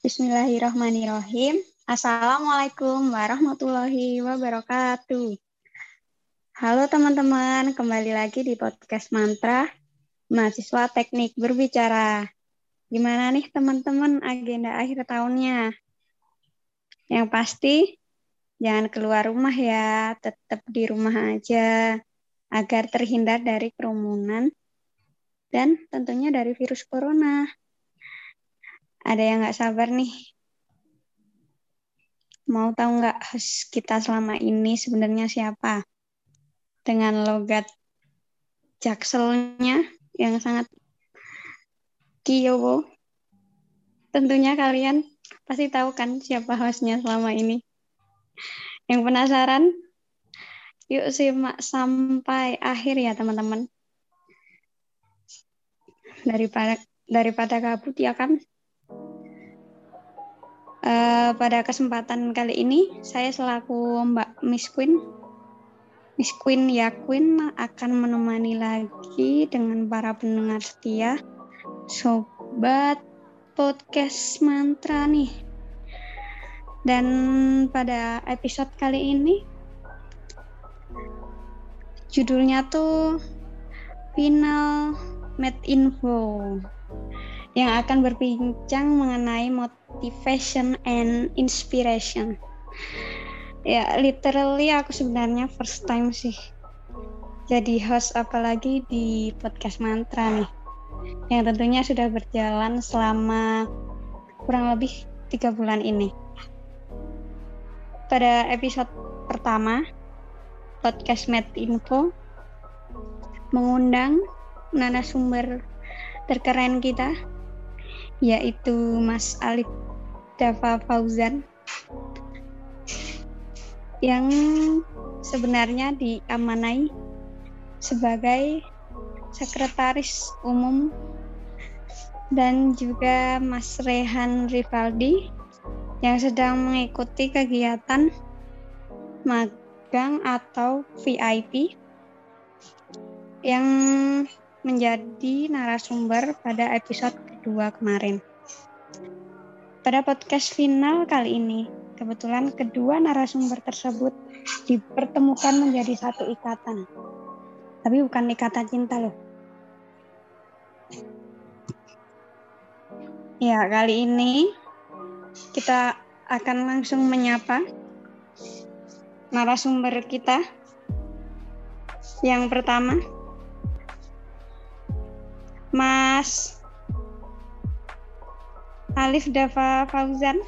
Bismillahirrahmanirrahim. Assalamualaikum warahmatullahi wabarakatuh. Halo teman-teman, kembali lagi di podcast Mantra, mahasiswa teknik berbicara. Gimana nih teman-teman agenda akhir tahunnya? Yang pasti, jangan keluar rumah ya, tetap di rumah aja, agar terhindar dari kerumunan dan tentunya dari virus corona. Ada yang nggak sabar nih. Mau tahu nggak host kita selama ini sebenarnya siapa? Dengan logat jakselnya yang sangat kiyowo. Tentunya kalian pasti tahu kan siapa hostnya selama ini. Yang penasaran? Yuk simak sampai akhir ya teman-teman. Daripada kabut ya kan? Pada kesempatan kali ini saya selaku Mbak Miss Queen ya Queen akan menemani lagi dengan para pendengar setia Sobat Podcast Mantra nih. Dan pada episode kali ini judulnya tuh Final Med Info yang akan berbincang mengenai motivation and inspiration. Ya, literally aku sebenarnya first time sih jadi host apalagi di podcast Mantra nih. Yang tentunya sudah berjalan selama kurang lebih 3 bulan ini. Pada episode pertama, podcast Med Info mengundang narasumber terkeren kita, yaitu Mas Alif Dava Fauzan, yang sebenarnya diamanai sebagai Sekretaris Umum, dan juga Mas Rehan Rivaldi yang sedang mengikuti kegiatan magang atau VIP yang menjadi narasumber pada episode kedua kemarin. Pada podcast final kali ini, kebetulan kedua narasumber tersebut dipertemukan menjadi satu ikatan. Tapi bukan ikatan cinta loh. Ya, kali ini kita akan langsung menyapa narasumber kita. Yang pertama, Mas Alif Dava Fauzan.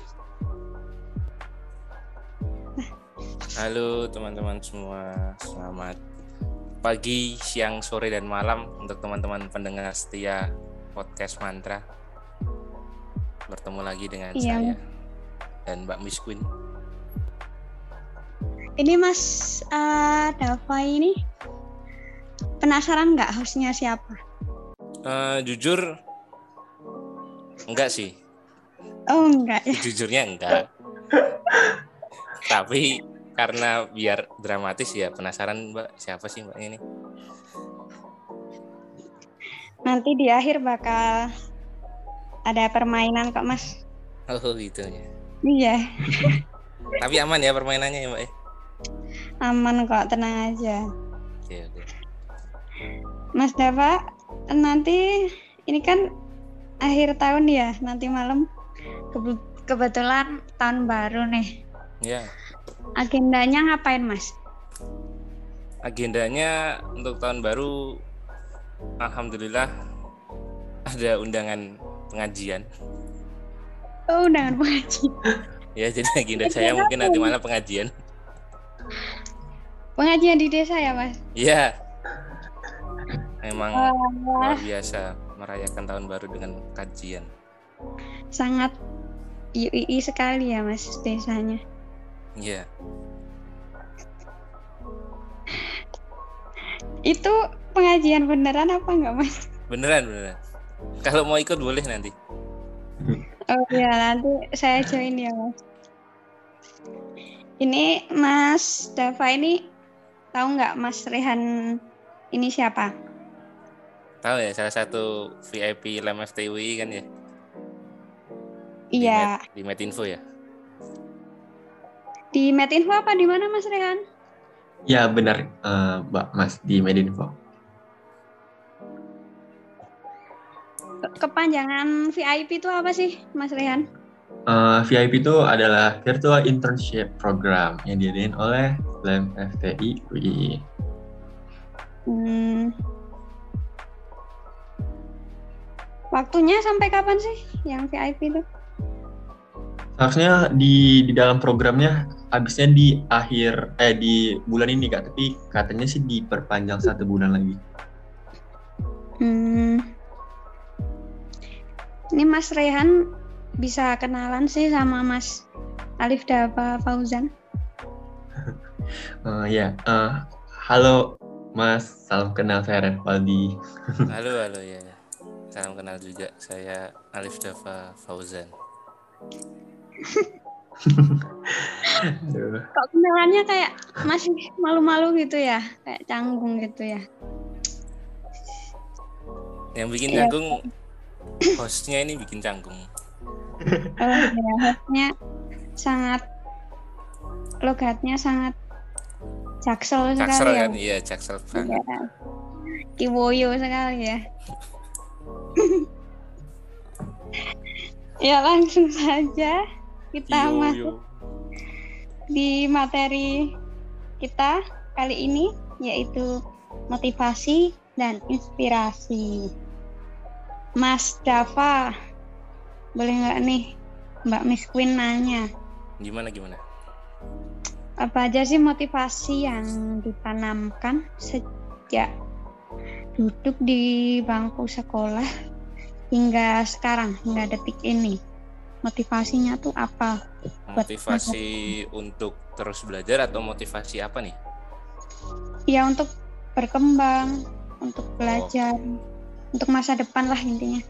Halo teman-teman semua, selamat pagi, siang, sore, dan malam untuk teman-teman pendengar setia podcast Mantra. Bertemu lagi dengan saya dan Mbak Miss Queen. Ini Mas Dava ini penasaran nggak hostnya siapa? Jujur enggak sih. Oh enggak ya. Jujurnya enggak. Tapi karena biar dramatis ya, penasaran Mbak siapa sih Mbak ini? Nanti di akhir bakal ada permainan kok Mas. Oh gitu ya. Iya. Tapi aman ya permainannya ya Mbak? Aman kok, tenang aja. Oke. Mas Dava, nanti ini kan akhir tahun ya, nanti malam kebetulan tahun baru nih. Ya. Agendanya ngapain Mas? Agendanya untuk tahun baru, alhamdulillah ada undangan pengajian. Oh, undangan pengajian. Ya, jadi agenda saya mungkin nanti malam pengajian. Pengajian di desa ya Mas? Iya. Memang luar biasa merayakan tahun baru dengan kajian. Sangat UI sekali ya Mas desanya. Iya. Itu pengajian beneran apa enggak Mas? Beneran. Kalau mau ikut boleh nanti. Oh iya, nanti saya join ya Mas. Ini Mas Dava ini tahu nggak Mas Rehan ini siapa? Tahu ya, salah satu VIP LEM FTUI kan ya. Iya. Di Medinfo ya? Di Medinfo apa di mana Mas Rehan? Ya benar, Mbak Mas, di Medinfo. Kepanjangan VIP itu apa sih Mas Rehan? VIP itu adalah Virtual Internship Program yang diadain oleh LEM FTI UI. Waktunya sampai kapan sih yang VIP itu? Seharusnya di dalam programnya habisnya di di bulan ini Kak, tapi katanya sih diperpanjang 1 bulan lagi. Ini Mas Rehan bisa kenalan sih sama Mas Alif Dava Fauzan. Halo Mas, salam kenal, saya Renvaldi. Halo ya. Salam kenal juga, saya Alif Dava Fauzan. Kok kenalannya kayak masih malu-malu gitu ya, kayak canggung gitu ya. Yang bikin canggung hostnya ini bikin canggung. Hostnya logatnya sangat jaksel sekali ya. Kan? Iya, jaksel banget. Ya. Kiwoyo sekali ya. Ya langsung saja kita masuk di materi kita kali ini, yaitu motivasi dan inspirasi. Mas Dava, boleh nggak nih Mbak Miss Queen nanya? Gimana? Apa aja sih motivasi yang ditanamkan sejak duduk di bangku sekolah hingga sekarang, hingga detik ini? Motivasinya tuh apa? Motivasi untuk terus belajar atau motivasi apa nih? Ya untuk berkembang, untuk belajar, untuk masa depan lah intinya.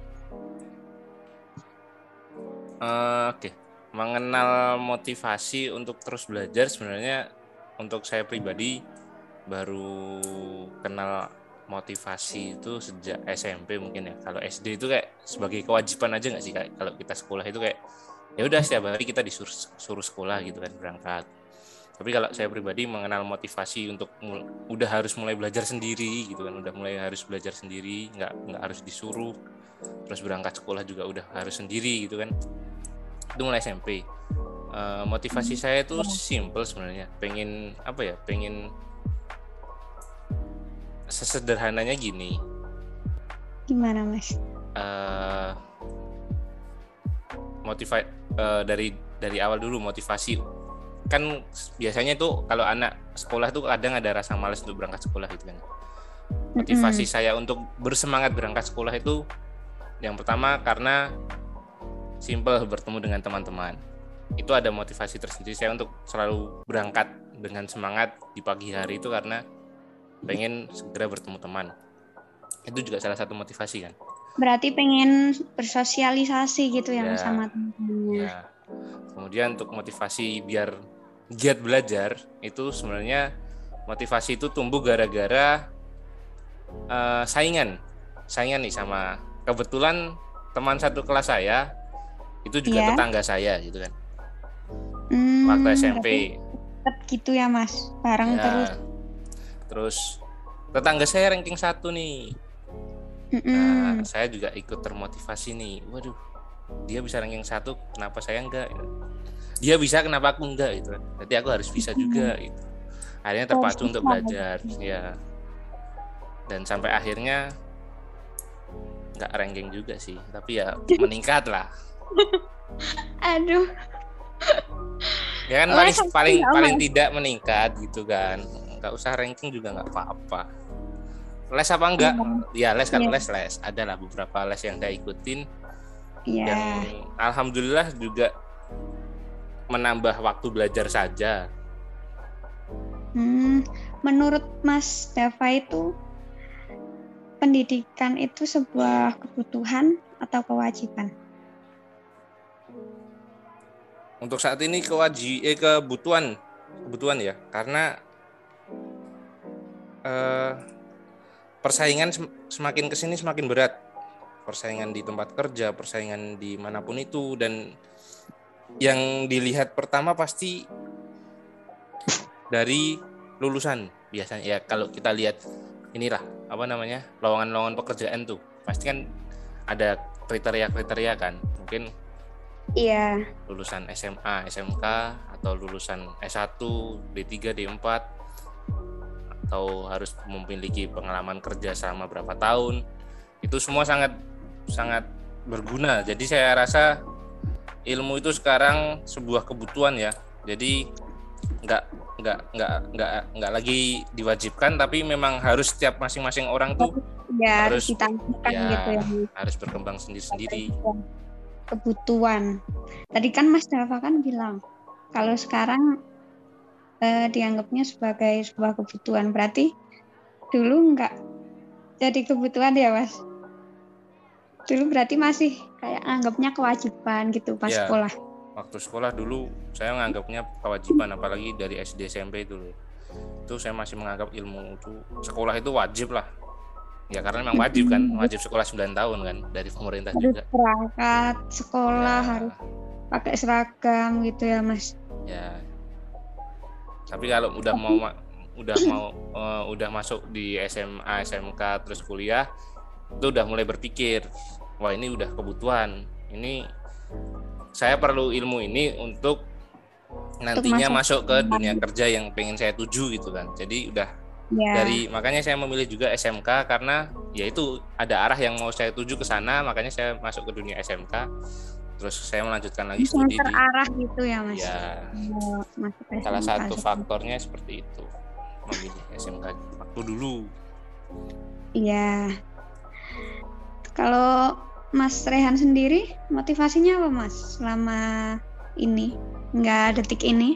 Oke. Mengenal motivasi untuk terus belajar sebenarnya untuk saya pribadi baru kenal motivasi itu sejak SMP mungkin ya. Kalau SD itu kayak sebagai kewajiban aja nggak sih, kayak kalau kita sekolah itu kayak ya udah setiap hari kita disuruh sekolah gitu kan, berangkat. Tapi kalau saya pribadi mengenal motivasi untuk udah harus mulai belajar sendiri gitu kan, udah mulai harus belajar sendiri, nggak harus disuruh, terus berangkat sekolah juga udah harus sendiri gitu kan. Itu mulai SMP. Motivasi saya itu simple sebenarnya, pengen sesederhananya gini. Gimana Mas? Dari awal dulu motivasi kan biasanya tuh kalau anak sekolah tuh kadang ada rasa malas untuk berangkat sekolah gitu kan. Motivasi saya untuk bersemangat berangkat sekolah itu yang pertama karena simple, bertemu dengan teman-teman. Itu ada motivasi tersendiri saya untuk selalu berangkat dengan semangat di pagi hari itu karena pengen segera bertemu teman. Itu juga salah satu motivasi kan. Berarti pengen bersosialisasi gitu ya sama teman-temannya. Ya. Kemudian untuk motivasi biar giat belajar itu sebenarnya motivasi itu tumbuh gara-gara saingan nih sama kebetulan teman satu kelas saya itu juga tetangga saya gitu kan. Waktu SMP. Gitu ya Mas, bareng terus. Terus tetangga saya ranking 1 nih. Nah, saya juga ikut termotivasi nih. Waduh, dia bisa ranking 1, kenapa saya enggak? Dia bisa, kenapa aku enggak gitu. Jadi aku harus bisa juga gitu. Akhirnya terpacu untuk belajar ya. Dan sampai akhirnya enggak ranking juga sih, tapi ya meningkat lah. Aduh. Ya kan paling tidak meningkat gitu kan. Enggak usah ranking juga enggak apa-apa. Les apa enggak? Ya les kan, les. Ada lah beberapa les yang saya ikutin. Yang alhamdulillah juga menambah waktu belajar saja. Menurut Mas Dava itu pendidikan itu sebuah kebutuhan atau kewajiban? Untuk saat ini kebutuhan ya, karena persaingan semakin kesini semakin berat, persaingan di tempat kerja, persaingan di manapun itu, dan yang dilihat pertama pasti dari lulusan biasanya ya. Kalau kita lihat inilah lowongan-lowongan pekerjaan tuh pasti kan ada kriteria kan, mungkin Iya. lulusan SMA, SMK, atau lulusan S1, D3, D4, atau harus memiliki pengalaman kerja selama berapa tahun. Itu semua sangat berguna. Jadi saya rasa ilmu itu sekarang sebuah kebutuhan ya. Jadi nggak lagi diwajibkan, tapi memang harus setiap masing-masing orang tuh harus ditanggung gitu ya. Harus berkembang sendiri-sendiri. Kebutuhan. Tadi kan Mas Dava kan bilang kalau sekarang dianggapnya sebagai sebuah kebutuhan, berarti dulu nggak jadi kebutuhan ya Mas? Dulu berarti masih kayak anggapnya kewajiban gitu pas sekolah. Waktu sekolah dulu saya menganggapnya kewajiban, apalagi dari SD SMP itu saya masih menganggap ilmu itu sekolah itu wajib lah ya, karena memang wajib kan, wajib sekolah 9 tahun kan dari pemerintah harus juga berangkat sekolah ya. Harus pakai seragam gitu ya Mas ya. Tapi kalau udah masuk di SMA, SMK, terus kuliah, itu udah mulai berpikir, wah ini udah kebutuhan, ini saya perlu ilmu ini untuk nantinya masuk ke dunia kerja yang pengen saya tuju gitu kan. Jadi udah makanya saya memilih juga SMK, karena ya itu ada arah yang mau saya tuju ke sana, makanya saya masuk ke dunia SMK. Terus saya melanjutkan lagi studi terarah gitu ya Mas. Ya. Salah satu faktornya seperti itu, memilih SMK waktu dulu. Iya. Kalau Mas Rehan sendiri motivasinya apa Mas selama ini, nggak detik ini?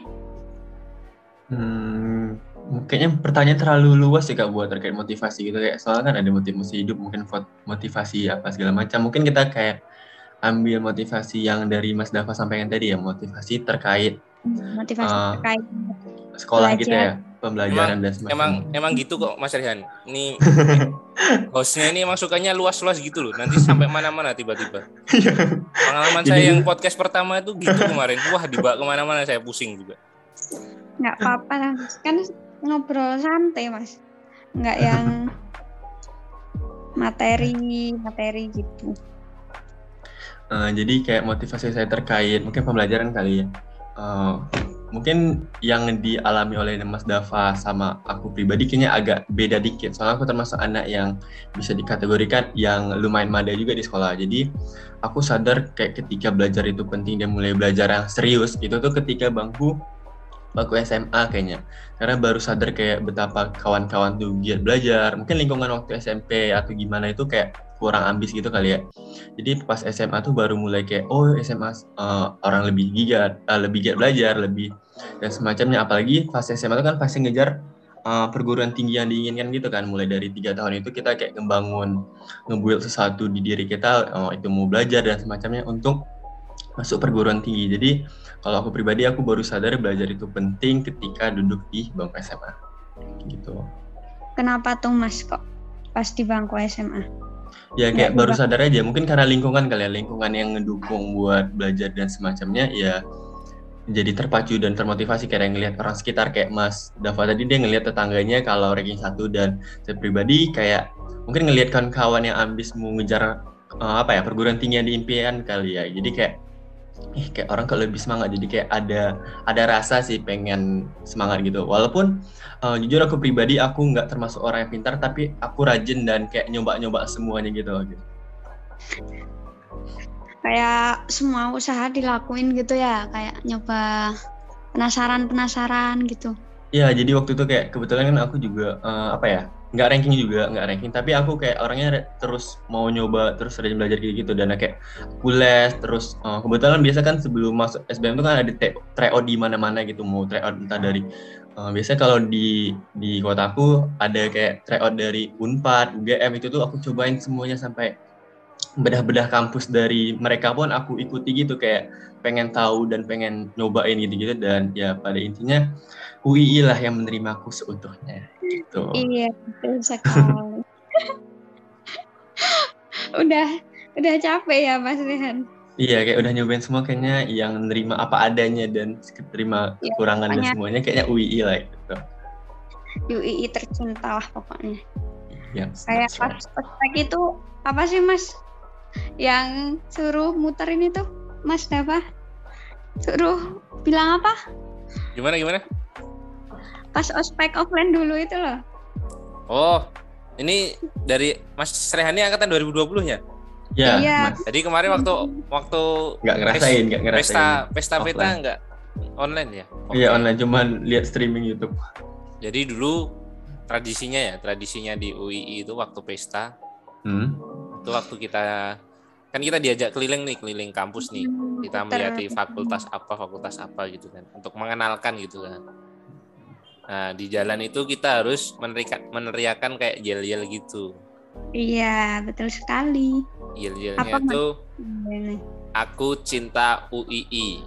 Kayaknya pertanyaan terlalu luas ya Kak buat terkait motivasi gitu, kayak soalnya kan ada motivasi hidup, mungkin motivasi apa segala macam. Mungkin kita kayak ambil motivasi yang dari Mas Dava sampaikan tadi ya, motivasi terkait terkait sekolah belajar. Gitu ya, pembelajaran dan semacamnya. Emang gitu kok Mas Rehan. Ini hostnya ini emang sukanya luas-luas gitu loh. Nanti sampai mana-mana tiba-tiba. Pengalaman saya yang podcast pertama itu gitu kemarin. Wah, dibawa kemana-mana, saya pusing juga. Nggak apa-apa kan ngobrol santai Mas. Nggak yang materi gitu. Jadi kayak motivasi saya terkait mungkin pembelajaran kali ya. Mungkin yang dialami oleh Mas Dava sama aku pribadi kayaknya agak beda dikit. Soalnya aku termasuk anak yang bisa dikategorikan yang lumayan mandai juga di sekolah. Jadi aku sadar kayak ketika belajar itu penting dan mulai belajar yang serius itu tuh ketika bangku SMA kayaknya. Karena baru sadar kayak betapa kawan-kawan tuh giat belajar. Mungkin lingkungan waktu SMP atau gimana itu kayak kurang ambis gitu kali ya. Jadi pas SMA tuh baru mulai kayak SMA orang lebih giat belajar, lebih dan semacamnya. Apalagi fase SMA itu kan fase ngejar perguruan tinggi yang diinginkan gitu kan. Mulai dari 3 tahun itu kita kayak ngebuild sesuatu di diri kita, itu mau belajar dan semacamnya untuk masuk perguruan tinggi. Jadi kalau aku pribadi, aku baru sadar belajar itu penting ketika duduk di bangku SMA gitu. Kenapa tuh Mas kok pas di bangku SMA? Ya kayak baru sadar aja, mungkin karena lingkungan kali ya, lingkungan yang ngedukung buat belajar dan semacamnya ya, jadi terpacu dan termotivasi kayak ngelihat orang sekitar. Kayak Mas Dava tadi, dia ngelihat tetangganya kalau ranking 1, dan saya pribadi kayak mungkin ngelihat kawan-kawan yang ambis mau ngejar perguruan tinggi yang diimpian kali ya. Jadi kayak orang kalau lebih semangat, jadi kayak ada rasa sih pengen semangat gitu. Walaupun jujur aku pribadi, aku nggak termasuk orang yang pintar, tapi aku rajin dan kayak nyoba semuanya gitu. Kayak semua usaha dilakuin gitu ya, kayak nyoba penasaran gitu. Iya, jadi waktu itu kayak kebetulan kan aku juga nggak ranking, tapi aku kayak orangnya terus mau nyoba, terus rajin belajar gitu, dan kayak aku les terus. Kebetulan biasa kan sebelum masuk SBM itu kan ada tryout di mana-mana gitu, mau tryout entah dari biasanya kalau di kotaku ada kayak tryout dari Unpad, UGM, itu tuh aku cobain semuanya sampai bedah-bedah kampus dari mereka pun aku ikuti gitu, kayak pengen tahu dan pengen nyobain gitu. Dan ya pada intinya UII lah yang menerima aku seutuhnya gitu. Iya, betul sekali. udah capek ya Mas Rehan? Iya, kayak udah nyobain semua kayaknya yang nerima apa adanya dan terima Ya, kekurangan dan pokoknya semuanya kayaknya UII lah gitu. UII tercinta lah pokoknya. Yes, Kayak that's pas right. ospek itu apa sih Mas yang suruh muterin itu Mas Dava? Suruh bilang apa? Gimana? Pas ospek offline dulu itu loh. Oh, ini dari Mas Rehani angkatan 2020 ya? Ya, Iya. Mas. Jadi kemarin waktu Nggak ngerasain. pesta peta offline. nggak online ya? Iya, Oke. online cuman lihat streaming YouTube. Jadi dulu tradisinya di UII itu waktu pesta, itu waktu kita diajak keliling kampus nih, kita melihat fakultas apa gitu kan, untuk mengenalkan gitu kan. Nah di jalan itu kita harus meneriakan kayak yel-yel gitu. Iya, betul sekali. Yel-yelnya Apa, itu Ini. aku cinta UII.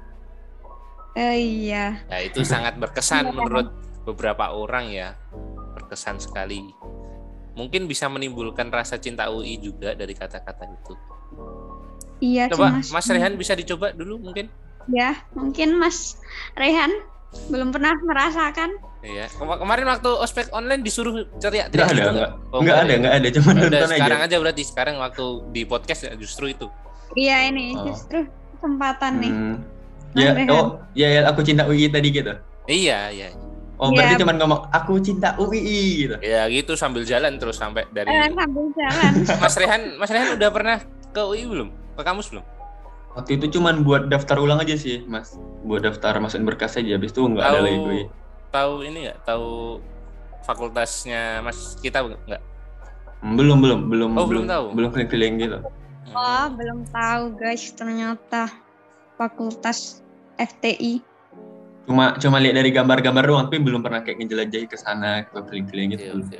Iya. Nah itu sangat berkesan menurut beberapa orang ya, berkesan sekali. Mungkin bisa menimbulkan rasa cinta UI juga dari kata-kata itu. Iya, Coba sih, Mas Rehan bisa dicoba dulu mungkin. Ya, mungkin Mas Rehan belum pernah merasakan. Iya. Kemarin waktu ospek online disuruh teriak-teriak gitu nggak? Nggak ada, cuma nonton aja. Sekarang aja berarti, sekarang waktu di podcast justru itu. Iya, ini justru kesempatan nih. Ya, aku cinta UI tadi gitu. Iya. Oh, berarti cuma ngomong aku cinta UI gitu. Ya gitu sambil jalan terus sampai dari. Sambil jalan. Mas Rehan udah pernah ke UI belum? Ke kampus belum? Waktu itu cuma buat daftar ulang aja sih, Mas. Buat daftar masukin berkas aja, habis itu nggak ada lagi UI. Tahu ini nggak? Tahu fakultasnya Mas kita nggak? Belum tahu. Belum keliling gitu. Oh, belum tahu guys, ternyata fakultas FTI. Cuma lihat dari gambar-gambar doang, tapi belum pernah kayak ngejelajahi ke sana, ke keliling-keliling gitu. Okay.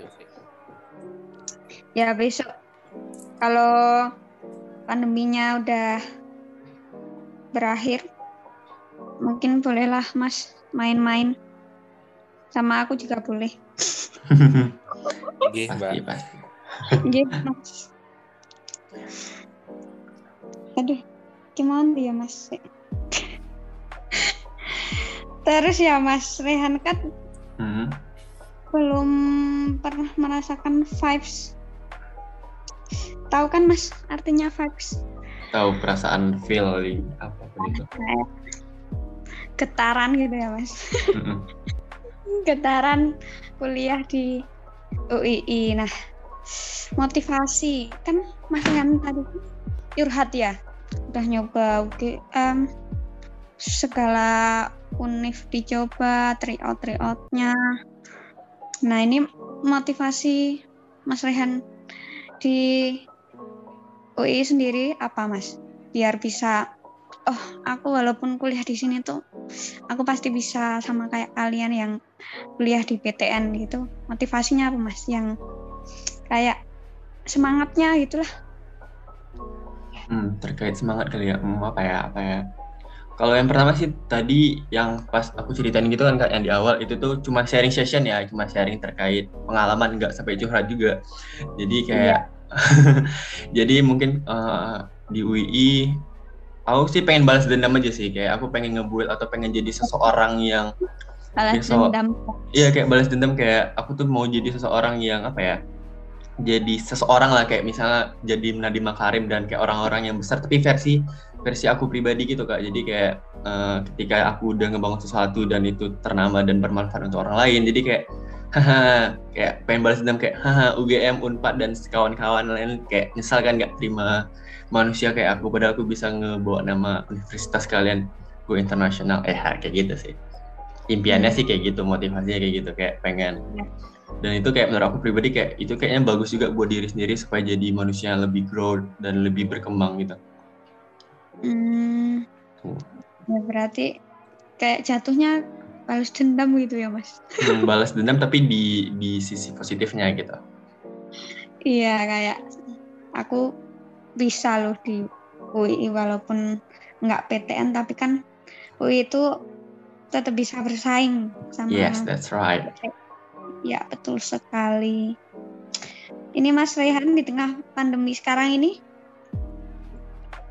Ya besok kalau pandeminya udah berakhir, mungkin bolehlah Mas main-main. Sama aku juga boleh. Pasti. Gitu, Mas. Aduh, gimana ya Mas? Terus ya Mas Rehan kan belum pernah merasakan vibes. Tahu kan Mas artinya vibes? Tahu, perasaan feeling apapun itu. Kayak getaran gitu ya Mas. Getaran kuliah di UII. Nah, motivasi kan Mas Rehan tadi curhat ya, udah nyoba UGM, segala univ dicoba, tryout-nya. Nah ini motivasi Mas Rehan di UI sendiri apa Mas? Biar bisa, aku walaupun kuliah di sini tuh, aku pasti bisa sama kayak kalian yang kuliah di PTN gitu. Motivasinya apa Mas? Yang kayak semangatnya gitulah. Terkait semangat kali ya, apa ya. Kalau yang pertama sih tadi yang pas aku ceritain gitu kan Kak, yang di awal itu tuh cuma sharing session ya, cuma sharing terkait pengalaman, nggak sampai curhat juga. Jadi kayak jadi mungkin di UII aku sih pengen balas dendam aja sih, kayak aku pengen ngebuat atau pengen jadi seseorang yang balas dendam. Iya, kayak balas dendam, kayak aku tuh mau jadi seseorang yang apa ya? Jadi seseorang lah, kayak misalnya jadi Nadiem Makarim dan kayak orang-orang yang besar, tapi versi aku pribadi gitu Kak. Jadi kayak ketika aku udah ngebangun sesuatu dan itu ternama dan bermanfaat untuk orang lain, jadi kayak kayak pengen balas dendam, kayak UGM, Unpad dan kawan-kawan lain kayak nyesal kan nggak terima manusia kayak aku, padahal aku bisa ngebawa nama universitas kalian go internasional, kayak gitu sih. Impiannya sih kayak gitu, motivasinya kayak gitu, kayak pengen. Dan itu kayak menurut aku pribadi kayak itu kayaknya bagus juga buat diri sendiri supaya jadi manusia yang lebih growth dan lebih berkembang gitu. Ya berarti kayak jatuhnya balas dendam gitu ya Mas? Balas dendam tapi di sisi positifnya gitu. Iya, kayak aku bisa loh di UI walaupun nggak PTN, tapi kan UI itu tetap bisa bersaing sama. Yes, that's right. Ya, betul sekali. Ini Mas Rehan di tengah pandemi sekarang ini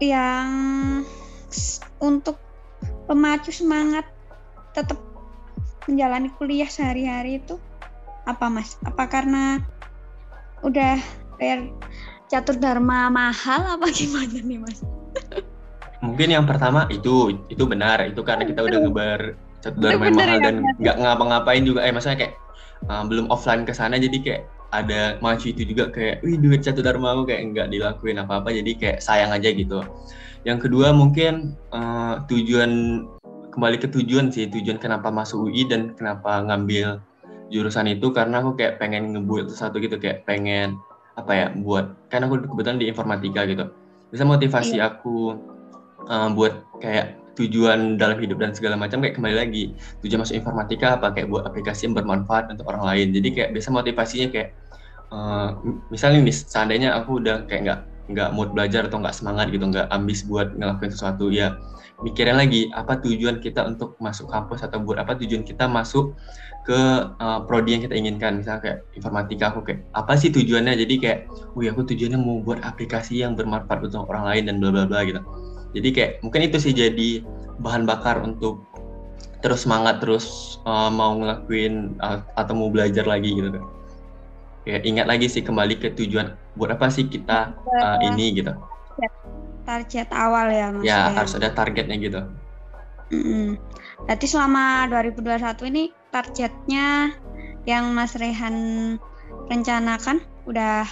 yang untuk pemacu semangat tetap menjalani kuliah sehari-hari itu apa Mas? Apa karena udah bayar catur dharma mahal apa gimana nih Mas? Mungkin yang pertama itu benar, itu karena kita udah ngebar catur dharma yang mahal dan nggak ngapa-ngapain juga, maksudnya kayak belum offline ke sana, jadi kayak ada macu itu juga kayak, wih duit catur dharma aku kayak nggak dilakuin apa-apa, jadi kayak sayang aja gitu. Yang kedua mungkin kembali ke tujuan kenapa masuk UI dan kenapa ngambil jurusan itu, karena aku kayak pengen ngebuat sesuatu gitu, kayak pengen karena aku kebetulan di informatika gitu, bisa motivasi aku buat kayak tujuan dalam hidup dan segala macam, kayak kembali lagi tujuan masuk informatika apa, kayak buat aplikasi yang bermanfaat untuk orang lain. Jadi kayak biasa motivasinya kayak misalnya nih, seandainya aku udah kayak nggak mood belajar atau nggak semangat gitu, nggak ambis buat ngelakuin sesuatu, ya mikirin lagi apa tujuan kita untuk masuk kampus atau buat apa tujuan kita masuk ke prodi yang kita inginkan. Misalnya kayak informatika, aku kayak apa sih tujuannya, jadi kayak aku tujuannya mau buat aplikasi yang bermanfaat untuk orang lain dan bla bla bla gitu. Jadi kayak mungkin itu sih jadi bahan bakar untuk terus semangat, terus mau ngelakuin atau mau belajar lagi gitu kan. Kayak ingat lagi sih kembali ke tujuan buat apa sih kita ini gitu. Target awal ya Mas. Ya harus ada targetnya gitu. Berarti selama 2021 ini targetnya yang Mas Rehan rencanakan udah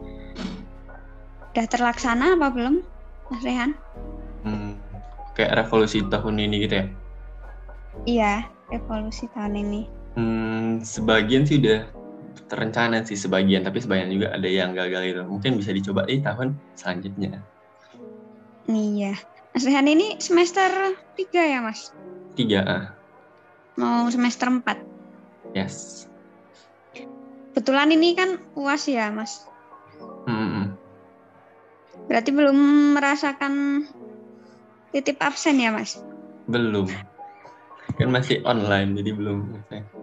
terlaksana apa belum Mas Rehan? Kayak revolusi tahun ini gitu ya? Iya, revolusi tahun ini. Sebagian sih udah terencana sih, sebagian, tapi sebagian juga ada yang gagal gitu. Mungkin bisa dicoba di tahun selanjutnya. Iya. Mas Rehan ini semester 3 ya Mas? 3. Mau semester 4? Yes. Kebetulan ini kan UAS ya Mas? Berarti belum merasakan titip absen ya Mas? Belum. Kan masih online, jadi belum.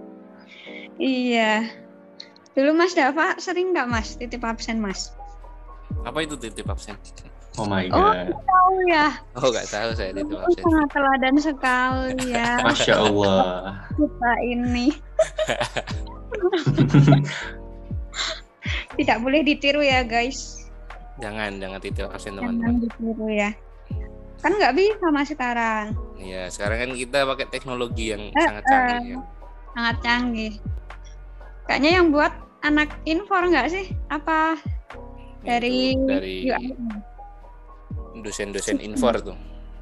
Iya. Dulu Mas Dava sering nggak Mas titip absen Mas? Apa itu titip absen? Oh my God. Oh, nggak tahu ya? Oh, nggak tahu saya titip absen. Sangat teladan sekali ya. Masya Allah. Kita ini. Tidak boleh ditiru ya guys. Jangan titip absen teman-teman. Jangan ditiru ya. Kan nggak bisa Mas sekarang. Iya, sekarang kan kita pakai teknologi yang sangat canggih ya. Sangat canggih. Kayaknya yang buat anak Infor nggak sih? Apa dari dosen-dosen Infor tuh.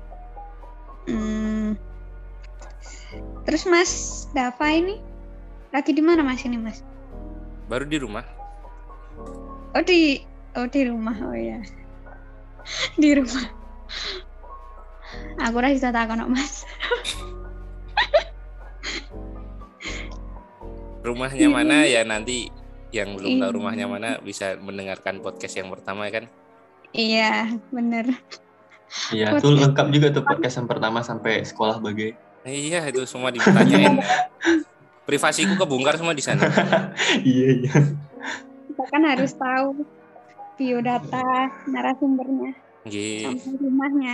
Terus Mas Dava ini lagi di mana Mas ini Mas? Baru di rumah. Oh di rumah. Oh ya. Di rumah. Aku rasa bisa takon Mas. Rumahnya mana ya, nanti yang belum tahu rumahnya mana bisa mendengarkan podcast yang pertama kan? Iya, bener. Iya, tuh lengkap juga tuh podcast yang pertama sampai sekolah bagai. Iya, itu semua ditanyain. Privasiku kebongkar semua di sana. Iya. Kita kan harus tahu biodata narasumbernya. Sampai rumahnya.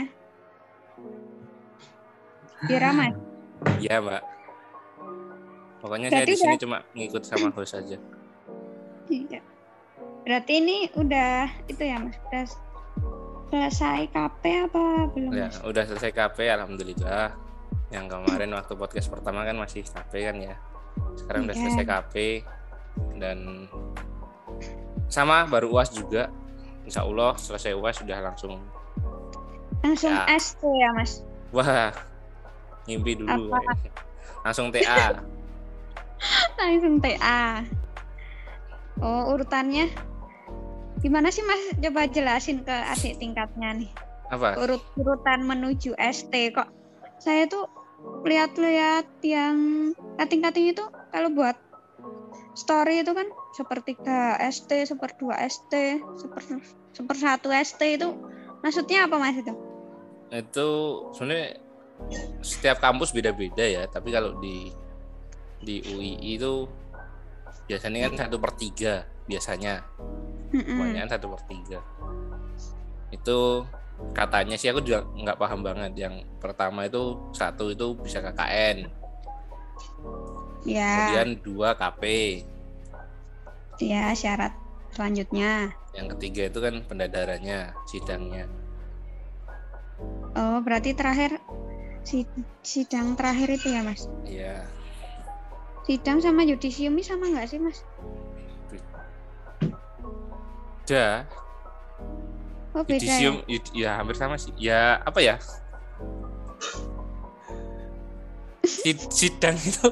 Iya, Mas. Iya, Mbak. Pokoknya berarti saya di sini cuma ngikut sama host aja. Iya. Berarti ini udah itu ya Mas, udah selesai KP apa belum? Ya, udah selesai KP alhamdulillah. Yang kemarin waktu podcast pertama kan masih KP kan ya. Sekarang udah selesai KP dan sama baru UAS juga. Insya Allah selesai UAS sudah langsung ya. ST ya Mas? Wah, ngimpi dulu. Langsung TA. Langsung TA. Oh, urutannya gimana sih Mas? Coba jelasin ke adik tingkatnya nih. Apa? Urutan menuju ST kok. Saya tuh lihat-lihat yang kating-kating itu kalau buat story itu kan sepertiga ST, seperdua ST, sepersatu ST itu maksudnya apa Mas itu? Itu sebenarnya setiap kampus beda-beda ya, tapi kalau di UI itu biasanya kan 1/3 biasanya. Kebanyakan 1/3. Itu katanya sih, aku juga nggak paham banget. Yang pertama itu 1 itu bisa KKN, Ya, kemudian 2 KP, ya syarat selanjutnya. yang ketiga itu kan pendadarannya, sidangnya. Oh, berarti terakhir sidang terakhir itu ya, Mas? Iya. Sidang sama yudisium ini sama nggak sih, Mas? Beda. Oh, beda Yudisium ya? ya hampir sama sih. Ya apa ya? Sidang itu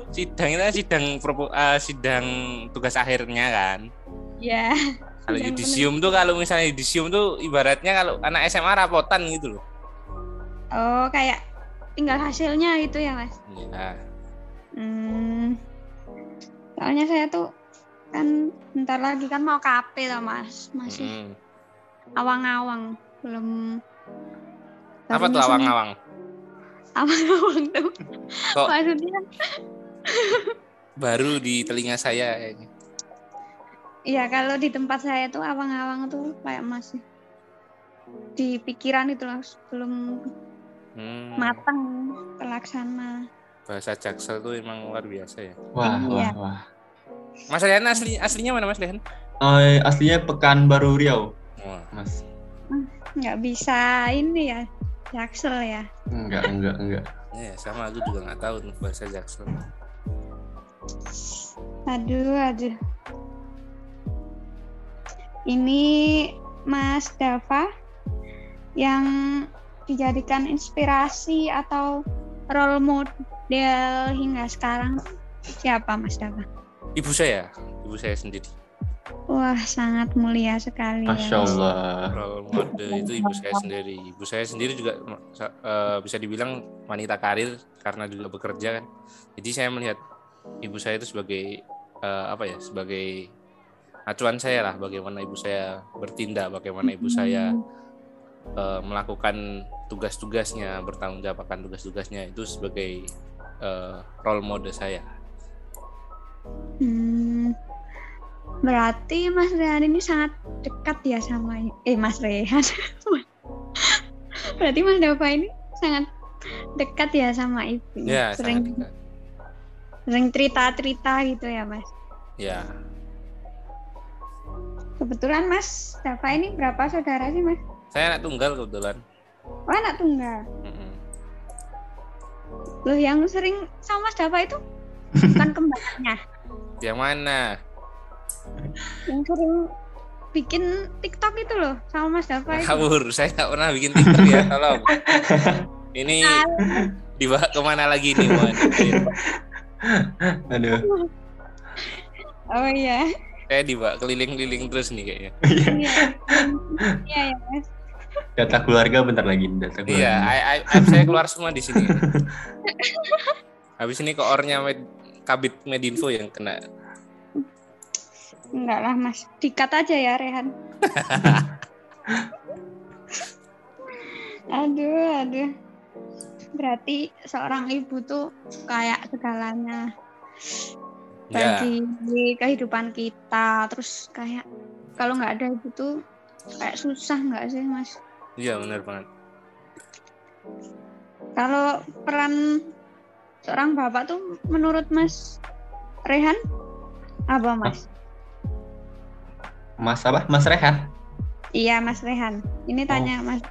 sidang tugas akhirnya kan. Ya. Kalau yudisium tuh, kalau misalnya yudisium tuh ibaratnya kalau anak SMA rapotan gitu loh. Oh, kayak tinggal hasilnya gitu ya, Mas? Iya. Soalnya saya tuh kan bentar lagi kan mau KP lah, Mas. Masih awang-awang, belum. Apa tuh awang-awang? Awang-awang tuh. Kok maksudnya baru di telinga saya kayaknya. iya, kalau di tempat saya tuh awang-awang tuh kayak masih di pikiran itu loh, belum matang terlaksana. Bahasa Jaksel tuh emang luar biasa ya. Wah. Mas Lehan aslinya mana, Mas Lehan? Aslinya Pekanbaru Riau. Wah. Mas. Nggak bisa ini ya, Jaksel ya. Enggak. Ya, sama aku juga nggak tahu tuh bahasa Jaksel. Aduh. Ini Mas Dava yang dijadikan inspirasi atau role model hingga sekarang siapa, Mas Dava? Ibu saya sendiri. Wah, sangat mulia sekali. Masya Allah. Role model itu ibu saya sendiri. Ibu saya sendiri juga bisa dibilang wanita karir karena juga bekerja kan. Jadi saya melihat ibu saya itu sebagai sebagai acuan saya lah, bagaimana ibu saya bertindak, bagaimana ibu saya melakukan tugas-tugasnya, bertanggung jawab akan tugas-tugasnya, itu sebagai role model saya. Berarti Mas Rehan ini sangat dekat ya sama Mas Rehan. Berarti Mas Dava ini sangat dekat ya sama ibunya. Ya, sangat dekat. Sering cerita-cerita gitu ya, Mas? Ya. Kebetulan Mas Dava ini berapa saudara sih, Mas? Saya anak tunggal kebetulan. Oh, anak tunggal. Loh, yang sering sama Mas Dava itu bukan kembarnya. Yang mana? Yang sering bikin TikTok itu loh sama Mas Dava itu. Kabur, saya nggak pernah bikin TikTok ya, tolong. Ini dibawa kemana lagi nih, Wan? Aduh. Oh iya. Saya dibawa keliling-keliling terus nih kayaknya. Iya ya, Mas. Data keluarga bentar lagi. Iya, aib saya keluar semua di sini. Habis ini koornya Kabit Medinfo yang kena. Enggak lah, Mas. Dikat aja ya, Rehan. Aduh. Berarti seorang ibu tuh kayak segalanya bagi kehidupan kita. Terus kayak kalau nggak ada ibu tuh kayak susah nggak sih, Mas? Iya, benar banget. Kalau peran seorang bapak tuh menurut Mas Rehan apa, Mas? Mas apa? Mas Rehan? Iya, Mas Rehan. Ini tanya Mas.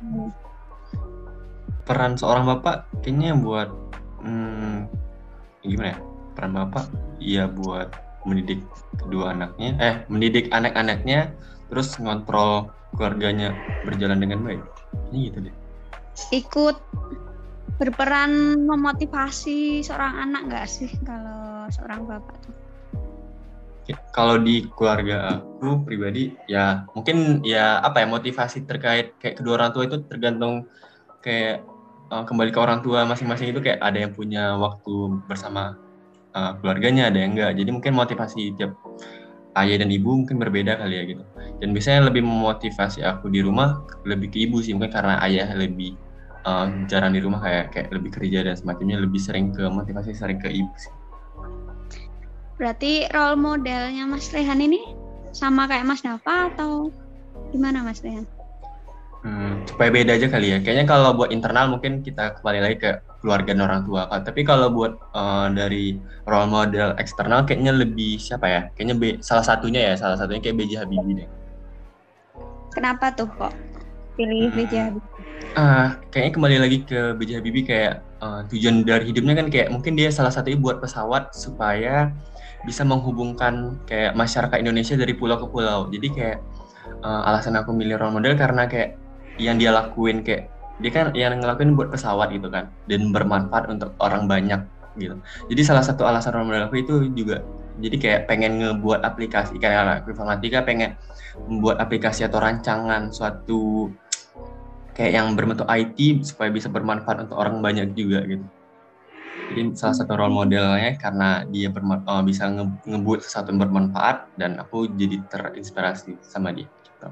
Peran seorang bapak kayaknya buat gimana ya? Peran bapak iya buat mendidik kedua anaknya, mendidik anak-anaknya, terus ngontrol keluarganya berjalan dengan baik. Ini gitu deh. Ikut berperan memotivasi seorang anak nggak sih kalau seorang bapak tuh? Kalau di keluarga aku pribadi ya mungkin ya motivasi terkait kayak kedua orang tua itu tergantung kayak kembali ke orang tua masing-masing, itu kayak ada yang punya waktu bersama keluarganya, ada yang enggak. Jadi mungkin motivasi tiap ayah dan ibu mungkin berbeda kali ya gitu. Dan biasanya lebih memotivasi aku di rumah lebih ke ibu sih, mungkin karena ayah lebih jarang di rumah, kayak lebih kerja dan semacamnya, lebih sering ke motivasi sering ke ibu sih. Berarti role modelnya Mas Rehan ini sama kayak Mas Dava atau gimana, Mas Rehan? Supaya beda aja kali ya. Kayaknya kalau buat internal mungkin kita kembali lagi ke keluarga dan orang tua. Tapi kalau buat dari role model eksternal kayaknya lebih siapa ya? Kayaknya salah satunya kayak B.J. Habibie deh. Kenapa tuh kok pilih B.J. Habibie? Kayaknya kembali lagi ke B.J. Habibie kayak tujuan dari hidupnya kan kayak mungkin dia salah satunya buat pesawat supaya bisa menghubungkan kayak masyarakat Indonesia dari pulau ke pulau. Jadi kayak alasan aku milih role model karena kayak yang dia lakuin kayak dia kan yang ngelakuin buat pesawat gitu kan dan bermanfaat untuk orang banyak gitu. Jadi salah satu alasan role model aku itu juga jadi kayak pengen ngebuat aplikasi kayak aku informatika pengen membuat aplikasi atau rancangan suatu kayak yang berbentuk IT supaya bisa bermanfaat untuk orang banyak juga gitu. Jadi salah satu role modelnya karena dia bisa ngebuat sesuatu yang bermanfaat dan aku jadi terinspirasi sama dia. Gitu.